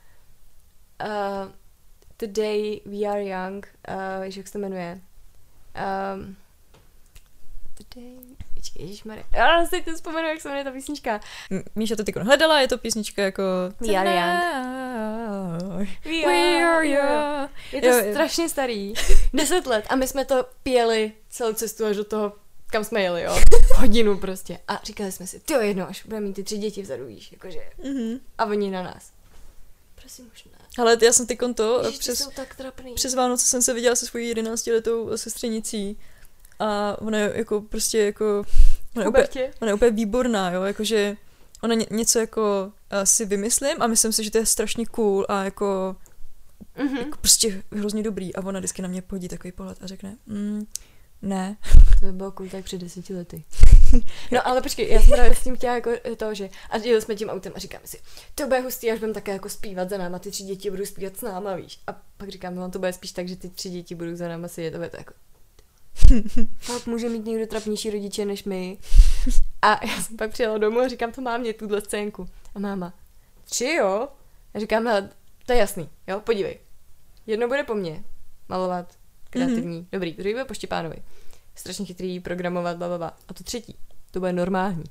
The Day We Are Young, uh, jak se to jmenuje? Um, the Day... Ježišmarja. Já si teď to vzpomenu, jak se jmenuje ta písnička. M- Míša to teď hledala, je to písnička jako... We Are Young. are. We We are, jo. yeah. Je to Jo, jo. strašně starý. Deset let a my jsme to pěli celou cestu až do toho, kam jsme jeli, jo. Hodinu prostě. A říkali jsme si, tyjo, jedno, až budeme mít ty tři děti vzadu, víš, jakože. Mm-hmm. A oni na nás. Prosím už ne. Ale já jsem teď to Ježiš, přes, jsou tak trapný. přes Vánoce jsem se viděla se svojí jedenáctiletou sestřenicí a ona je jako prostě jako ona je, úplně, ona je úplně výborná, jo, jakože ona ně, něco jako uh, si vymyslím a myslím si, že to je strašně cool a jako, mm-hmm. jako prostě hrozně dobrý a ona vždycky na mě pohodí takový pohled a řekne mm, ne. To by bylo cool tak před deseti lety. No ale počkej, já jsem právě s tím chtěla jako to, že a jeli jsme tím autem a říkáme si, to bude hustý, až budeme také jako zpívat za náma, ty tři děti budou zpívat s náma, víš. A pak říkám, no to bude spíš tak, že ty tři děti budou za náma sedět, to bude to jako fakt může mít někdo trapnější rodiče než my. A já jsem pak přijela domů a říkám to mámě, tuhle scénku. A máma, tři jo? A říkám, hele, to je jasný, jo, podívej. Jedno bude po mně, malovat, kreativní, mm-hmm. dobrý, druhý bude po Štěpánovi. Strašně chytrý, programovat, blablabla. A to třetí, to bude normální.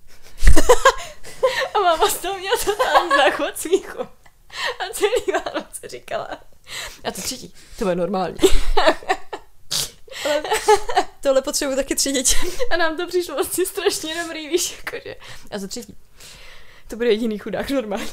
A máma z toho měla totální záchvat smíchu. A celý Vánoce říkala. A to třetí, to bude normální. Ale tohle potřebuji taky tři děti. A nám to přišlo vlastně strašně dobrý, víš, jakože. A za třetí, to bude jediný chudák normální.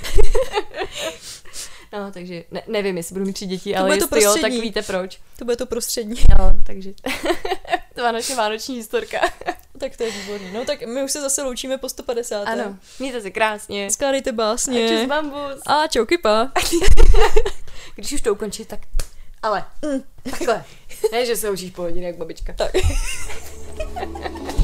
No, takže ne, nevím, jestli budu mít tři děti, to ale jestli jo, tak víte proč. To bude to prostřední. No, takže to byla naše vánoční historka. Tak to je výborný. No tak my už se zase loučíme po sto padesát. Ano, mějte se krásně. Skládejte básně. A čus bambus. A čau kypa. Když už to ukončí, tak ale mm. takhle. Ne, že se učíš po hodině jak babička. Tak.